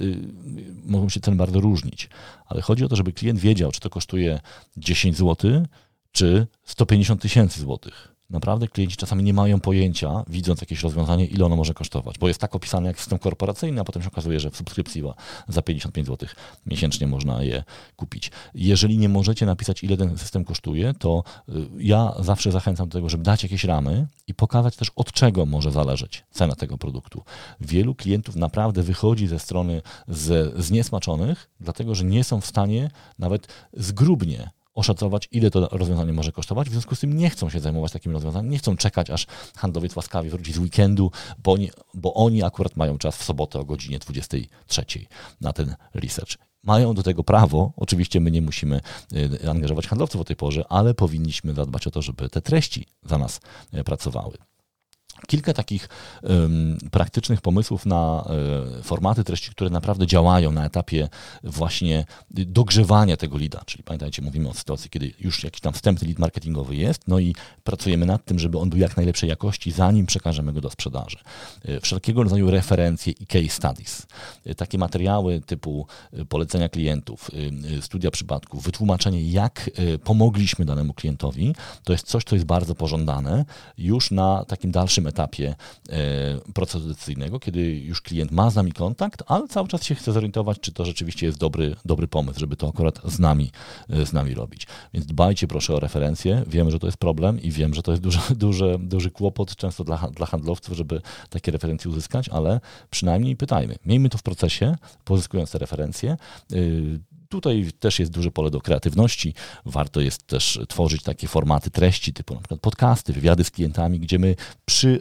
[SPEAKER 1] mogą się ceny bardzo różnić. Ale chodzi o to, żeby klient wiedział, czy to kosztuje dziesięć złotych, czy sto pięćdziesiąt tysięcy złotych. Naprawdę klienci czasami nie mają pojęcia, widząc jakieś rozwiązanie, ile ono może kosztować, bo jest tak opisane jak system korporacyjny, a potem się okazuje, że w subskrypcji za pięćdziesiąt pięć złotych miesięcznie można je kupić. Jeżeli nie możecie napisać, ile ten system kosztuje, to ja zawsze zachęcam do tego, żeby dać jakieś ramy i pokazać też, od czego może zależeć cena tego produktu. Wielu klientów naprawdę wychodzi ze strony z, zniesmaczonych, dlatego że nie są w stanie nawet zgrubnie oszacować, ile to rozwiązanie może kosztować. W związku z tym nie chcą się zajmować takim rozwiązaniem, nie chcą czekać, aż handlowiec łaskawie wróci z weekendu, bo oni, bo oni akurat mają czas w sobotę o godzinie dwudziestej trzeciej na ten research. Mają do tego prawo, oczywiście my nie musimy angażować handlowców o tej porze, ale powinniśmy zadbać o to, żeby te treści za nas pracowały. Kilka takich um, praktycznych pomysłów na y, formaty treści, które naprawdę działają na etapie właśnie dogrzewania tego leada. Czyli pamiętajcie, mówimy o sytuacji, kiedy już jakiś tam wstępny lead marketingowy jest, no i pracujemy nad tym, żeby on był jak najlepszej jakości, zanim przekażemy go do sprzedaży. Y, wszelkiego rodzaju referencje i case studies. Y, takie materiały typu y, polecenia klientów, y, y, studia przypadków, wytłumaczenie, jak y, pomogliśmy danemu klientowi, to jest coś, co jest bardzo pożądane już na takim dalszym etapie e, procesu decyzyjnego, kiedy już klient ma z nami kontakt, ale cały czas się chce zorientować, czy to rzeczywiście jest dobry, dobry pomysł, żeby to akurat z nami, z nami robić. Więc dbajcie proszę o referencje. Wiem, że to jest problem i wiem, że to jest duży, duży, duży kłopot często dla, dla handlowców, żeby takie referencje uzyskać, ale przynajmniej pytajmy. Miejmy to w procesie, pozyskując te referencje. Yy, Tutaj też jest duże pole do kreatywności. Warto jest też tworzyć takie formaty treści, typu na przykład podcasty, wywiady z klientami, gdzie my przy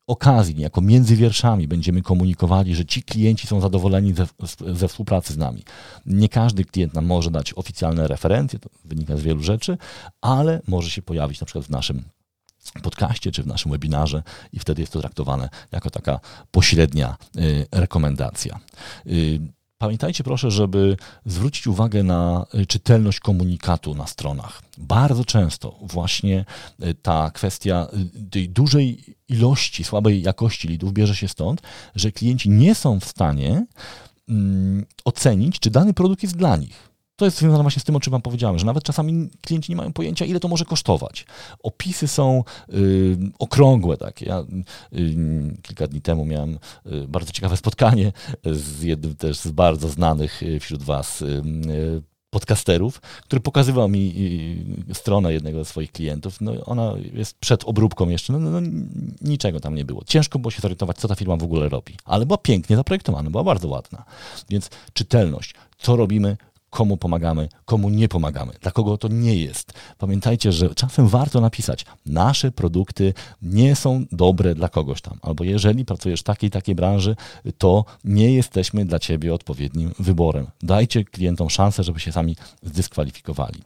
[SPEAKER 1] okazji, jako między wierszami będziemy komunikowali, że ci klienci są zadowoleni ze, ze współpracy z nami. Nie każdy klient nam może dać oficjalne referencje, to wynika z wielu rzeczy, ale może się pojawić na przykład w naszym podcaście czy w naszym webinarze i wtedy jest to traktowane jako taka pośrednia y, rekomendacja. Y, Pamiętajcie proszę, żeby zwrócić uwagę na czytelność komunikatu na stronach. Bardzo często właśnie ta kwestia tej dużej ilości, słabej jakości leadów bierze się stąd, że klienci nie są w stanie mm, ocenić, czy dany produkt jest dla nich. To jest związane właśnie z tym, o czym wam powiedziałem, że nawet czasami klienci nie mają pojęcia, ile to może kosztować. Opisy są y, okrągłe takie. Ja y, kilka dni temu miałem y, bardzo ciekawe spotkanie z jednym też z bardzo znanych wśród was y, y, podcasterów, który pokazywał mi y, stronę jednego ze swoich klientów. No, ona jest przed obróbką jeszcze, no, no, niczego tam nie było. Ciężko było się zorientować, co ta firma w ogóle robi. Ale była pięknie zaprojektowana, była bardzo ładna. Więc czytelność, co robimy, komu pomagamy, komu nie pomagamy, dla kogo to nie jest. Pamiętajcie, że czasem warto napisać, nasze produkty nie są dobre dla kogoś tam, albo jeżeli pracujesz w takiej takiej branży, to nie jesteśmy dla ciebie odpowiednim wyborem. Dajcie klientom szansę, żeby się sami zdyskwalifikowali.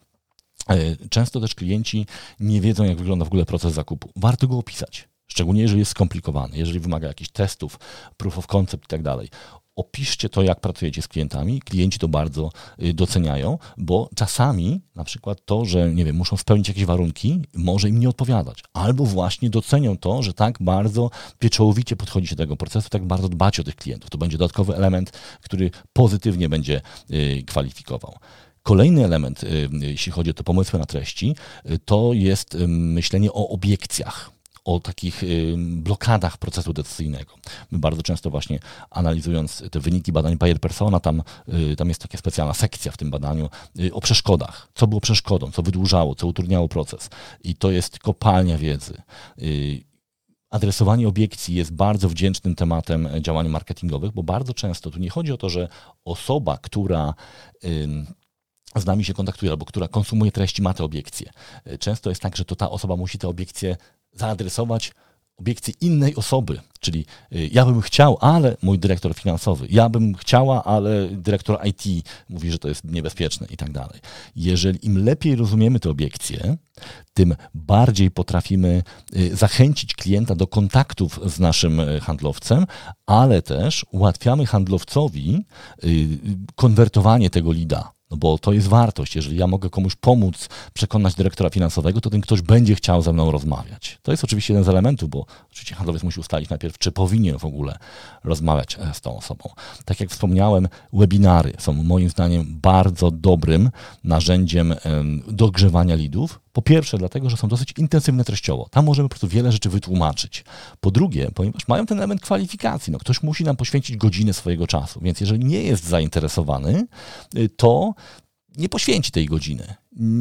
[SPEAKER 1] Często też klienci nie wiedzą, jak wygląda w ogóle proces zakupu. Warto go opisać, szczególnie jeżeli jest skomplikowany, jeżeli wymaga jakichś testów, proof of concept i tak dalej. Opiszcie to, jak pracujecie z klientami. Klienci to bardzo doceniają, bo czasami na przykład to, że nie wiem, muszą spełnić jakieś warunki, może im nie odpowiadać. Albo właśnie docenią to, że tak bardzo pieczołowicie podchodzicie do tego procesu, tak bardzo dbacie o tych klientów. To będzie dodatkowy element, który pozytywnie będzie kwalifikował. Kolejny element, jeśli chodzi o te pomysły na treści, to jest myślenie o obiekcjach, o takich blokadach procesu decyzyjnego. My bardzo często właśnie analizując te wyniki badań Bayer Persona, tam, tam jest taka specjalna sekcja w tym badaniu o przeszkodach. Co było przeszkodą, co wydłużało, co utrudniało proces. I to jest kopalnia wiedzy. Adresowanie obiekcji jest bardzo wdzięcznym tematem działań marketingowych, bo bardzo często tu nie chodzi o to, że osoba, która z nami się kontaktuje albo która konsumuje treści, ma te obiekcje. Często jest tak, że to ta osoba musi te obiekcje zaadresować obiekcje innej osoby, czyli ja bym chciał, ale mój dyrektor finansowy, ja bym chciała, ale dyrektor I T mówi, że to jest niebezpieczne i tak dalej. Jeżeli im lepiej rozumiemy te obiekcje, tym bardziej potrafimy zachęcić klienta do kontaktów z naszym handlowcem, ale też ułatwiamy handlowcowi konwertowanie tego leada. No bo to jest wartość. Jeżeli ja mogę komuś pomóc przekonać dyrektora finansowego, to ten ktoś będzie chciał ze mną rozmawiać. To jest oczywiście jeden z elementów, bo oczywiście handlowiec musi ustalić najpierw, czy powinien w ogóle rozmawiać z tą osobą. Tak jak wspomniałem, webinary są moim zdaniem bardzo dobrym narzędziem do grzewania leadów. Po pierwsze dlatego, że są dosyć intensywne treściowo. Tam możemy po prostu wiele rzeczy wytłumaczyć. Po drugie, ponieważ mają ten element kwalifikacji. No, ktoś musi nam poświęcić godzinę swojego czasu, więc jeżeli nie jest zainteresowany, to nie poświęci tej godziny.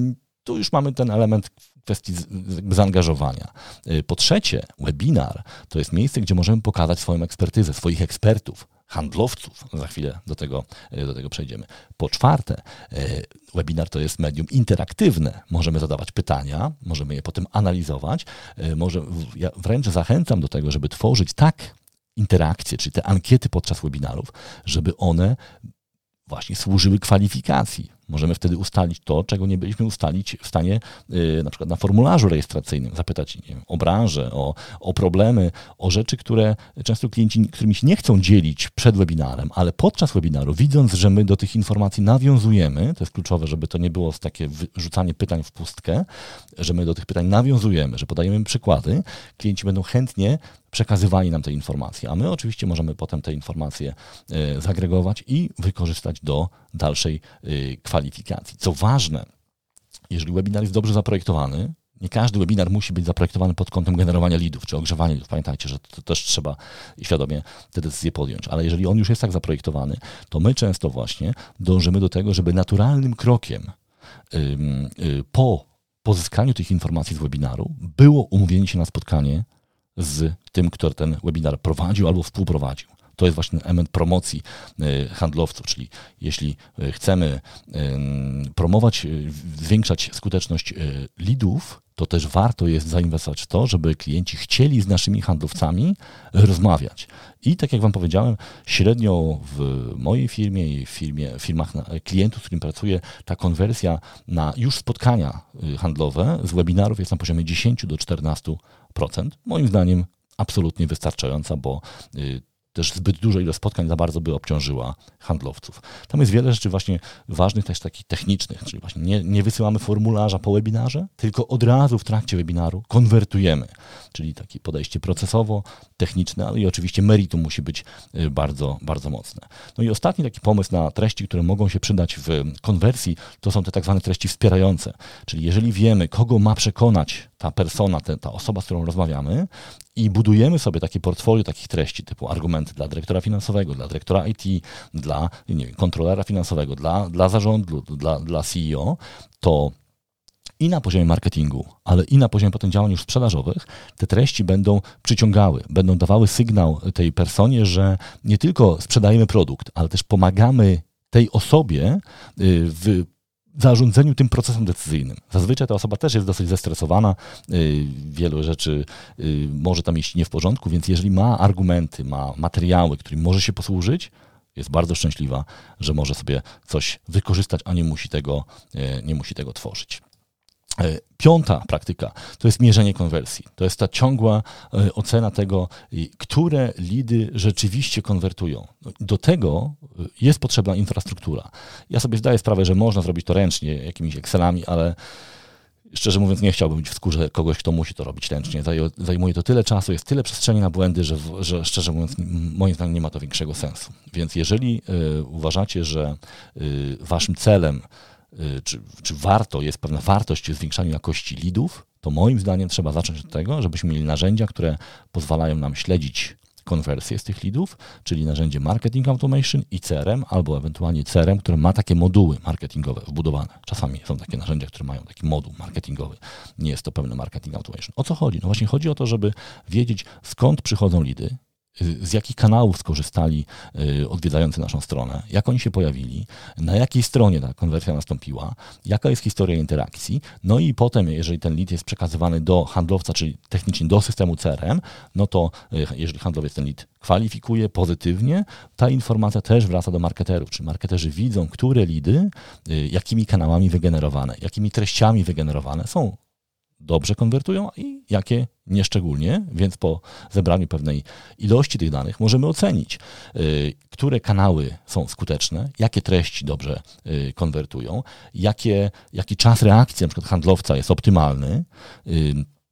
[SPEAKER 1] Tu już mamy ten element kwestii zaangażowania. Po trzecie, webinar to jest miejsce, gdzie możemy pokazać swoją ekspertyzę, swoich ekspertów, handlowców. Za chwilę do tego, do tego przejdziemy. Po czwarte, webinar to jest medium interaktywne. Możemy zadawać pytania, możemy je potem analizować. Może, ja wręcz zachęcam do tego, żeby tworzyć tak interakcje, czyli te ankiety podczas webinarów, żeby one właśnie służyły kwalifikacji. Możemy wtedy ustalić to, czego nie byliśmy ustalić w stanie yy, na przykład na formularzu rejestracyjnym, zapytać nie wiem, o branżę, o, o problemy, o rzeczy, które często klienci, którymi się nie chcą dzielić przed webinarem, ale podczas webinaru, widząc, że my do tych informacji nawiązujemy, to jest kluczowe, żeby to nie było takie rzucanie pytań w pustkę, że my do tych pytań nawiązujemy, że podajemy przykłady, klienci będą chętnie przekazywali nam te informacje, a my oczywiście możemy potem te informacje y, zagregować i wykorzystać do dalszej y, kwalifikacji. Co ważne, jeżeli webinar jest dobrze zaprojektowany, nie każdy webinar musi być zaprojektowany pod kątem generowania leadów czy ogrzewania leadów. Pamiętajcie, że to też trzeba świadomie te decyzje podjąć. Ale jeżeli on już jest tak zaprojektowany, to my często właśnie dążymy do tego, żeby naturalnym krokiem y, y, po pozyskaniu tych informacji z webinaru było umówienie się na spotkanie z tym, kto ten webinar prowadził albo współprowadził. To jest właśnie element promocji handlowców, czyli jeśli chcemy promować, zwiększać skuteczność leadów, to też warto jest zainwestować w to, żeby klienci chcieli z naszymi handlowcami rozmawiać. I tak jak wam powiedziałem, średnio w mojej firmie i w firmie, firmach klientów, z którymi pracuję, ta konwersja na już spotkania handlowe z webinarów jest na poziomie dziesięć do czternastu procent. Moim zdaniem absolutnie wystarczająca, bo też zbyt dużo ilość spotkań za bardzo by obciążyła handlowców. Tam jest wiele rzeczy właśnie ważnych, też takich technicznych, czyli właśnie nie, nie wysyłamy formularza po webinarze, tylko od razu w trakcie webinaru konwertujemy, czyli takie podejście procesowo-techniczne, ale i oczywiście meritum musi być bardzo, bardzo mocne. No i ostatni taki pomysł na treści, które mogą się przydać w konwersji, to są te tak zwane treści wspierające, czyli jeżeli wiemy, kogo ma przekonać ta persona, ta, ta osoba, z którą rozmawiamy, i budujemy sobie takie portfolio takich treści typu argumenty dla dyrektora finansowego, dla dyrektora I T, dla nie wiem, kontrolera finansowego, dla, dla zarządu, dla, dla C E O, to i na poziomie marketingu, ale i na poziomie potem działań już sprzedażowych te treści będą przyciągały, będą dawały sygnał tej personie, że nie tylko sprzedajemy produkt, ale też pomagamy tej osobie w zarządzaniu tym procesem decyzyjnym. Zazwyczaj ta osoba też jest dosyć zestresowana, yy, wielu rzeczy yy, może tam iść nie w porządku, więc jeżeli ma argumenty, ma materiały, którymi może się posłużyć, jest bardzo szczęśliwa, że może sobie coś wykorzystać, a nie musi tego, yy, nie musi tego tworzyć. Piąta praktyka to jest mierzenie konwersji. To jest ta ciągła ocena tego, które lidy rzeczywiście konwertują. Do tego jest potrzebna infrastruktura. Ja sobie zdaję sprawę, że można zrobić to ręcznie, jakimiś Excelami, ale szczerze mówiąc nie chciałbym być w skórze kogoś, kto musi to robić ręcznie. Zajmuje to tyle czasu, jest tyle przestrzeni na błędy, że, że szczerze mówiąc moim zdaniem nie ma to większego sensu. Więc jeżeli y, uważacie, że y, waszym celem Czy, czy warto, jest pewna wartość w zwiększaniu jakości leadów, to moim zdaniem trzeba zacząć od tego, żebyśmy mieli narzędzia, które pozwalają nam śledzić konwersję z tych leadów, czyli narzędzie Marketing Automation i C R M, albo ewentualnie C R M, które ma takie moduły marketingowe wbudowane. Czasami są takie narzędzia, które mają taki moduł marketingowy. Nie jest to pełny Marketing Automation. O co chodzi? No właśnie chodzi o to, żeby wiedzieć, skąd przychodzą leady, z jakich kanałów skorzystali odwiedzający naszą stronę, jak oni się pojawili, na jakiej stronie ta konwersja nastąpiła, jaka jest historia interakcji, no i potem, jeżeli ten lead jest przekazywany do handlowca, czyli technicznie do systemu C R M, no to jeżeli handlowiec ten lead kwalifikuje pozytywnie, ta informacja też wraca do marketerów, czyli marketerzy widzą, które leady, jakimi kanałami wygenerowane, jakimi treściami wygenerowane są, dobrze konwertują i jakie nieszczególnie, więc po zebraniu pewnej ilości tych danych możemy ocenić, y, które kanały są skuteczne, jakie treści dobrze y, konwertują, jakie, jaki czas reakcji na przykład handlowca jest optymalny y,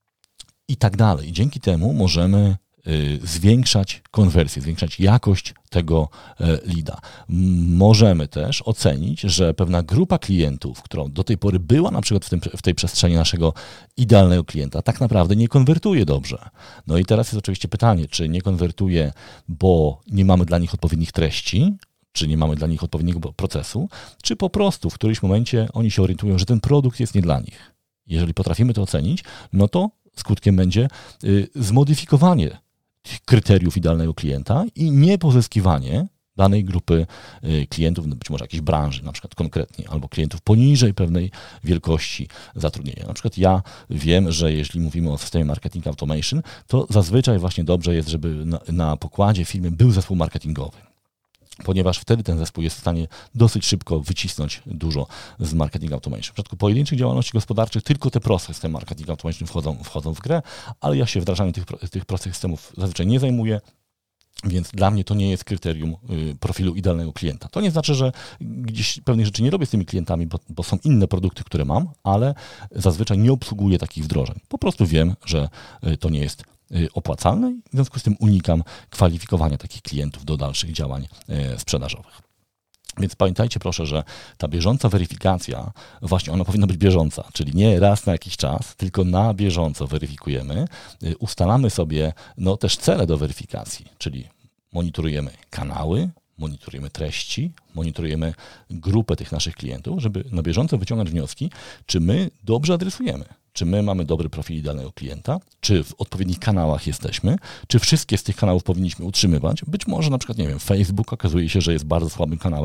[SPEAKER 1] i tak dalej. I dzięki temu możemy zwiększać konwersję, zwiększać jakość tego leada. Możemy też ocenić, że pewna grupa klientów, która do tej pory była na przykład w, tym, w tej przestrzeni naszego idealnego klienta, tak naprawdę nie konwertuje dobrze. No i teraz jest oczywiście pytanie, czy nie konwertuje, bo nie mamy dla nich odpowiednich treści, czy nie mamy dla nich odpowiedniego procesu, czy po prostu w którymś momencie oni się orientują, że ten produkt jest nie dla nich. Jeżeli potrafimy to ocenić, no to skutkiem będzie zmodyfikowanie kryteriów idealnego klienta i nie pozyskiwanie danej grupy klientów, być może jakiejś branży, na przykład konkretnie, albo klientów poniżej pewnej wielkości zatrudnienia. Na przykład ja wiem, że jeśli mówimy o systemie Marketing Automation, to zazwyczaj właśnie dobrze jest, żeby na, na pokładzie firmy był zespół marketingowy, ponieważ wtedy ten zespół jest w stanie dosyć szybko wycisnąć dużo z Marketing Automation. W przypadku pojedynczych działalności gospodarczych tylko te proste systemy Marketing Automation wchodzą, wchodzą w grę, ale ja się wdrażaniem tych, tych prostych systemów zazwyczaj nie zajmuję, więc dla mnie to nie jest kryterium y, profilu idealnego klienta. To nie znaczy, że gdzieś pewnych rzeczy nie robię z tymi klientami, bo, bo są inne produkty, które mam, ale zazwyczaj nie obsługuję takich wdrożeń. Po prostu wiem, że y, to nie jest opłacalne i w związku z tym unikam kwalifikowania takich klientów do dalszych działań sprzedażowych. Więc pamiętajcie proszę, że ta bieżąca weryfikacja, właśnie ona powinna być bieżąca, czyli nie raz na jakiś czas, tylko na bieżąco weryfikujemy, ustalamy sobie no, też cele do weryfikacji, czyli monitorujemy kanały, monitorujemy treści, monitorujemy grupę tych naszych klientów, żeby na bieżąco wyciągać wnioski, czy my dobrze adresujemy. Czy my mamy dobry profil idealnego klienta, czy w odpowiednich kanałach jesteśmy, czy wszystkie z tych kanałów powinniśmy utrzymywać. Być może na przykład, nie wiem, Facebook okazuje się, że jest bardzo słabym kanałem,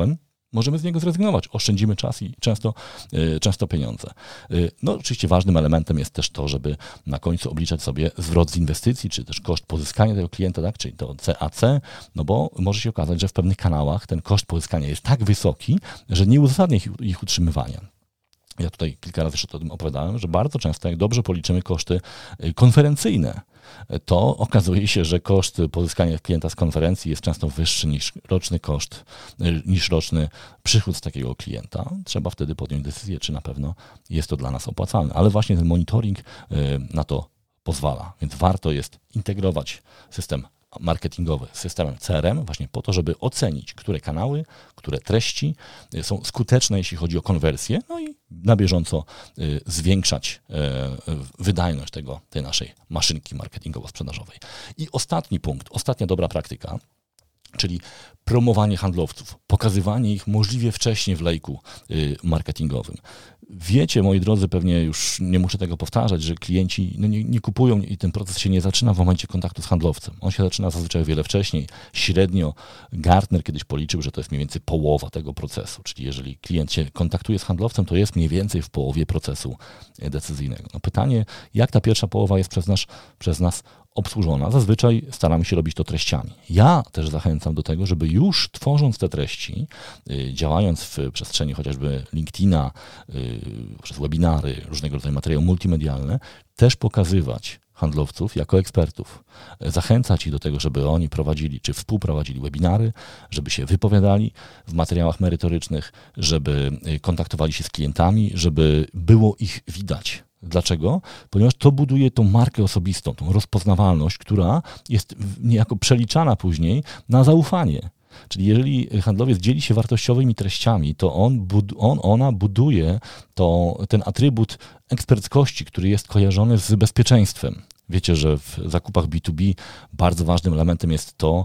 [SPEAKER 1] możemy z niego zrezygnować, oszczędzimy czas i często, często pieniądze. No oczywiście ważnym elementem jest też to, żeby na końcu obliczać sobie zwrot z inwestycji, czy też koszt pozyskania tego klienta, tak, czyli to C A C, no bo może się okazać, że w pewnych kanałach ten koszt pozyskania jest tak wysoki, że nie uzasadnia ich, ich utrzymywania. Ja tutaj kilka razy jeszcze o tym opowiadałem, że bardzo często, jak dobrze policzymy koszty konferencyjne, to okazuje się, że koszt pozyskania klienta z konferencji jest często wyższy niż roczny koszt, niż roczny przychód z takiego klienta. Trzeba wtedy podjąć decyzję, czy na pewno jest to dla nas opłacalne. Ale właśnie ten monitoring na to pozwala, więc warto jest integrować system marketingowy z systemem C R M właśnie po to, żeby ocenić, które kanały, które treści są skuteczne, jeśli chodzi o konwersję, no i na bieżąco zwiększać wydajność tego, tej naszej maszynki marketingowo-sprzedażowej. I ostatni punkt, ostatnia dobra praktyka, czyli promowanie handlowców, pokazywanie ich możliwie wcześnie w lejku marketingowym. Wiecie, moi drodzy, pewnie już nie muszę tego powtarzać, że klienci no nie, nie kupują i ten proces się nie zaczyna w momencie kontaktu z handlowcem. On się zaczyna zazwyczaj o wiele wcześniej. Średnio Gartner kiedyś policzył, że to jest mniej więcej połowa tego procesu. Czyli jeżeli klient się kontaktuje z handlowcem, to jest mniej więcej w połowie procesu decyzyjnego. No pytanie, jak ta pierwsza połowa jest przez nas, przez nas obsłużona. Zazwyczaj staramy się robić to treściami. Ja też zachęcam do tego, żeby już tworząc te treści, yy, działając w przestrzeni chociażby LinkedIna, yy, przez webinary, różnego rodzaju materiały multimedialne, też pokazywać handlowców jako ekspertów. Zachęcać ich do tego, żeby oni prowadzili, czy współprowadzili webinary, żeby się wypowiadali w materiałach merytorycznych, żeby kontaktowali się z klientami, żeby było ich widać. Dlaczego? Ponieważ to buduje tą markę osobistą, tą rozpoznawalność, która jest niejako przeliczana później na zaufanie. Czyli jeżeli handlowiec dzieli się wartościowymi treściami, to on, bud- on ona buduje to, ten atrybut eksperckości, który jest kojarzony z bezpieczeństwem. Wiecie, że w zakupach B dwa B bardzo ważnym elementem jest to,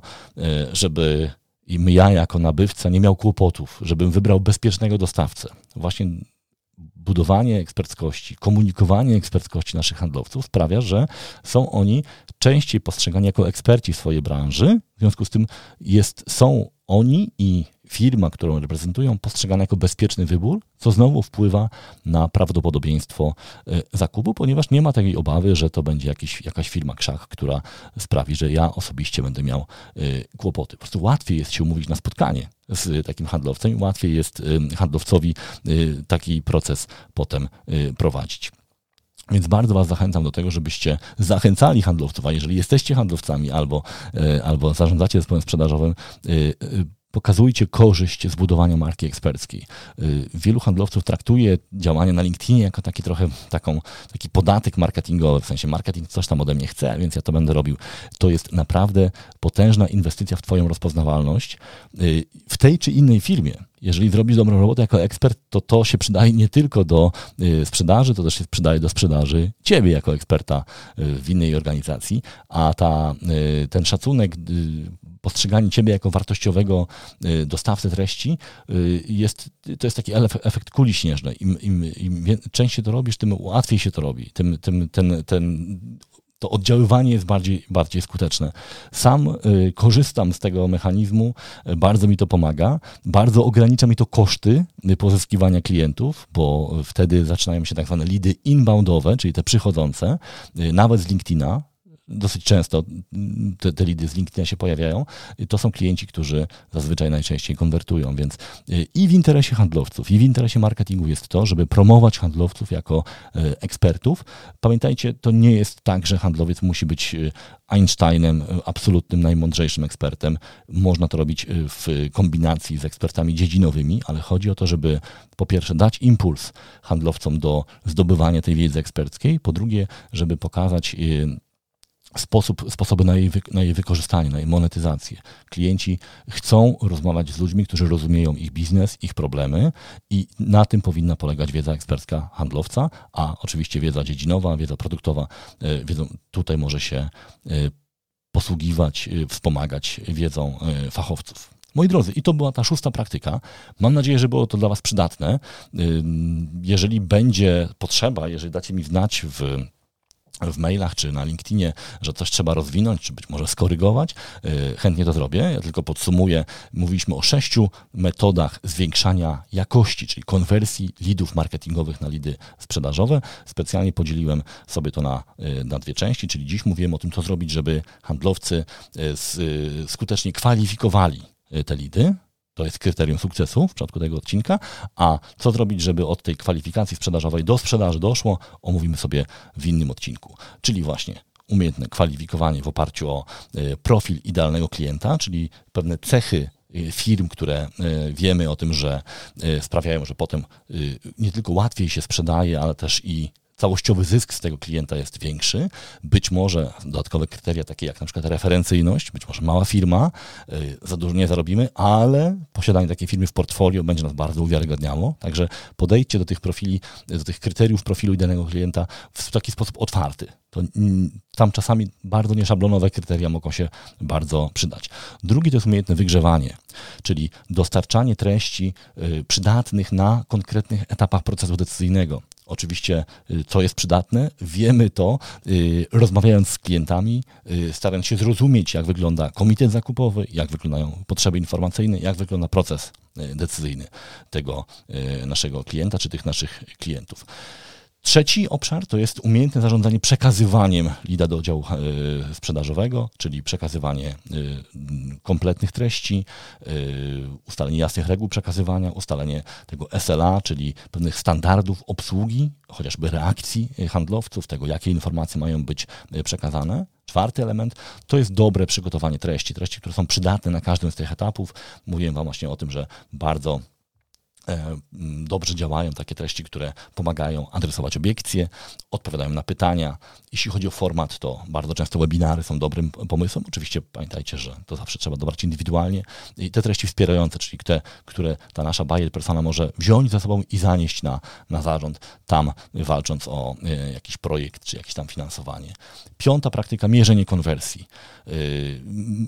[SPEAKER 1] żeby i ja jako nabywca nie miał kłopotów, żebym wybrał bezpiecznego dostawcę. Właśnie budowanie eksperckości, komunikowanie eksperckości naszych handlowców sprawia, że są oni częściej postrzegani jako eksperci w swojej branży. W związku z tym jest, są oni i firma, którą reprezentują, postrzegane jako bezpieczny wybór, co znowu wpływa na prawdopodobieństwo zakupu, ponieważ nie ma takiej obawy, że to będzie jakiś, jakaś firma krzak, która sprawi, że ja osobiście będę miał kłopoty. Po prostu łatwiej jest się umówić na spotkanie z takim handlowcem i łatwiej jest handlowcowi taki proces potem prowadzić. Więc bardzo Was zachęcam do tego, żebyście zachęcali handlowców, a jeżeli jesteście handlowcami albo, albo zarządzacie zespołem sprzedażowym, pokazujcie korzyść z budowania marki eksperckiej. Wielu handlowców traktuje działanie na LinkedInie jako taki trochę taką, taki podatek marketingowy, w sensie marketing coś tam ode mnie chce, więc ja to będę robił. To jest naprawdę potężna inwestycja w Twoją rozpoznawalność w tej czy innej firmie. Jeżeli zrobisz dobrą robotę jako ekspert, to to się przydaje nie tylko do y, sprzedaży, to też się przydaje do sprzedaży Ciebie jako eksperta y, w innej organizacji, a ta, y, ten szacunek, y, postrzeganie Ciebie jako wartościowego y, dostawcę treści y, jest, to jest taki efekt kuli śnieżnej. Im, im, im częściej to robisz, tym łatwiej się to robi. Tym, tym, ten, ten to oddziaływanie jest bardziej, bardziej skuteczne. Sam y, korzystam z tego mechanizmu, y, bardzo mi to pomaga, bardzo ogranicza mi to koszty y, pozyskiwania klientów, bo wtedy zaczynają się tak zwane leady inboundowe, czyli te przychodzące, y, nawet z LinkedIna. Dosyć często te, te lidy z LinkedIna się pojawiają. To są klienci, którzy zazwyczaj najczęściej konwertują, więc i w interesie handlowców, i w interesie marketingu jest to, żeby promować handlowców jako ekspertów. Pamiętajcie, to nie jest tak, że handlowiec musi być Einsteinem, absolutnym najmądrzejszym ekspertem. Można to robić w kombinacji z ekspertami dziedzinowymi, ale chodzi o to, żeby po pierwsze dać impuls handlowcom do zdobywania tej wiedzy eksperckiej, po drugie, żeby pokazać Sposób, sposoby na jej, wy, na jej wykorzystanie, na jej monetyzację. Klienci chcą rozmawiać z ludźmi, którzy rozumieją ich biznes, ich problemy i na tym powinna polegać wiedza ekspercka handlowca, a oczywiście wiedza dziedzinowa, wiedza produktowa, wiedzą, tutaj może się posługiwać, wspomagać wiedzą fachowców. Moi drodzy, i to była ta szósta praktyka. Mam nadzieję, że było to dla Was przydatne. Jeżeli będzie potrzeba, jeżeli dacie mi znać w w mailach czy na LinkedInie, że coś trzeba rozwinąć, czy być może skorygować, chętnie to zrobię. Ja tylko podsumuję. Mówiliśmy o sześciu metodach zwiększania jakości, czyli konwersji leadów marketingowych na leady sprzedażowe. Specjalnie podzieliłem sobie to na, na dwie części, czyli dziś mówiłem o tym, co zrobić, żeby handlowcy skutecznie kwalifikowali te leady. To jest kryterium sukcesu w przypadku tego odcinka, a co zrobić, żeby od tej kwalifikacji sprzedażowej do sprzedaży doszło, omówimy sobie w innym odcinku. Czyli właśnie umiejętne kwalifikowanie w oparciu o profil idealnego klienta, czyli pewne cechy firm, które wiemy o tym, że sprawiają, że potem nie tylko łatwiej się sprzedaje, ale też i całościowy zysk z tego klienta jest większy. Być może dodatkowe kryteria takie jak na przykład referencyjność, być może mała firma, za dużo nie zarobimy, ale posiadanie takiej firmy w portfolio będzie nas bardzo uwiarygodniało. Także podejdźcie do tych profili, do tych kryteriów profilu idealnego klienta w taki sposób otwarty. To tam czasami bardzo nieszablonowe kryteria mogą się bardzo przydać. Drugi to jest umiejętne wygrzewanie, czyli dostarczanie treści przydatnych na konkretnych etapach procesu decyzyjnego. Oczywiście, co jest przydatne, wiemy to, rozmawiając z klientami, starając się zrozumieć, jak wygląda komitet zakupowy, jak wyglądają potrzeby informacyjne, jak wygląda proces decyzyjny tego naszego klienta, czy tych naszych klientów. Trzeci obszar to jest umiejętne zarządzanie przekazywaniem leada do oddziału sprzedażowego, czyli przekazywanie kompletnych treści, ustalenie jasnych reguł przekazywania, ustalenie tego S L A, czyli pewnych standardów obsługi, chociażby reakcji handlowców, tego jakie informacje mają być przekazane. Czwarty element to jest dobre przygotowanie treści, treści, które są przydatne na każdym z tych etapów. Mówiłem Wam właśnie o tym, że bardzo dobrze działają takie treści, które pomagają adresować obiekcje, odpowiadają na pytania. Jeśli chodzi o format, to bardzo często webinary są dobrym pomysłem. Oczywiście pamiętajcie, że to zawsze trzeba dobrać indywidualnie. I te treści wspierające, czyli te, które ta nasza buyer persona może wziąć ze sobą i zanieść na, na zarząd, tam walcząc o y, jakiś projekt, czy jakieś tam finansowanie. Piąta praktyka, mierzenie konwersji. Y,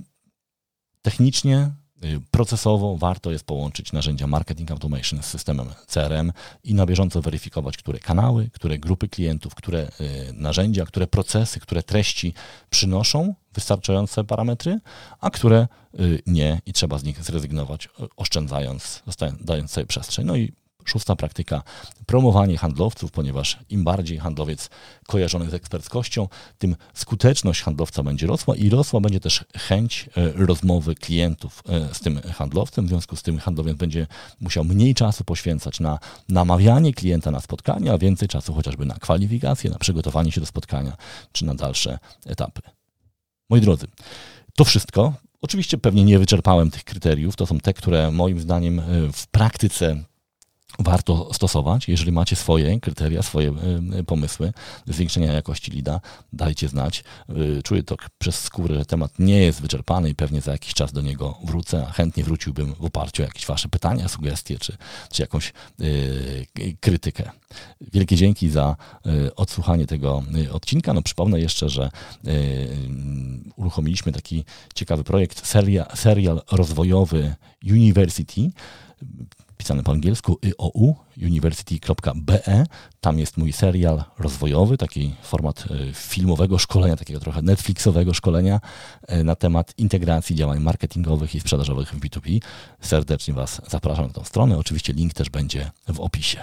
[SPEAKER 1] technicznie procesowo warto jest połączyć narzędzia Marketing Automation z systemem C R M i na bieżąco weryfikować, które kanały, które grupy klientów, które narzędzia, które procesy, które treści przynoszą wystarczające parametry, a które nie i trzeba z nich zrezygnować, oszczędzając, dając sobie przestrzeń. No i szósta praktyka, promowanie handlowców, ponieważ im bardziej handlowiec kojarzony z eksperckością, tym skuteczność handlowca będzie rosła i rosła będzie też chęć rozmowy klientów z tym handlowcem. W związku z tym handlowiec będzie musiał mniej czasu poświęcać na namawianie klienta na spotkanie, a więcej czasu chociażby na kwalifikacje, na przygotowanie się do spotkania, czy na dalsze etapy. Moi drodzy, to wszystko. Oczywiście pewnie nie wyczerpałem tych kryteriów. To są te, które moim zdaniem w praktyce warto stosować. Jeżeli macie swoje kryteria, swoje pomysły zwiększenia jakości leada, dajcie znać. Czuję to przez skórę, że temat nie jest wyczerpany i pewnie za jakiś czas do niego wrócę, a chętnie wróciłbym w oparciu o jakieś wasze pytania, sugestie, czy, czy jakąś yy, krytykę. Wielkie dzięki za yy, odsłuchanie tego yy, odcinka. No przypomnę jeszcze, że yy, uruchomiliśmy taki ciekawy projekt, seria, serial rozwojowy University, pisane po angielsku I O U, university kropka b e. Tam jest mój serial rozwojowy, taki format filmowego szkolenia, takiego trochę Netflixowego szkolenia na temat integracji działań marketingowych i sprzedażowych w B dwa B. Serdecznie Was zapraszam na tą stronę. Oczywiście link też będzie w opisie.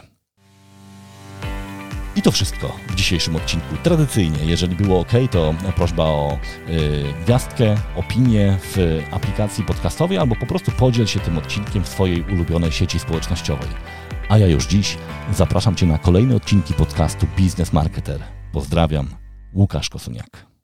[SPEAKER 1] I to wszystko w dzisiejszym odcinku. Tradycyjnie, jeżeli było ok, to prośba o y, gwiazdkę, opinię w aplikacji podcastowej albo po prostu podziel się tym odcinkiem w swojej ulubionej sieci społecznościowej. A ja już dziś zapraszam Cię na kolejne odcinki podcastu Biznes Marketer. Pozdrawiam, Łukasz Kosuniak.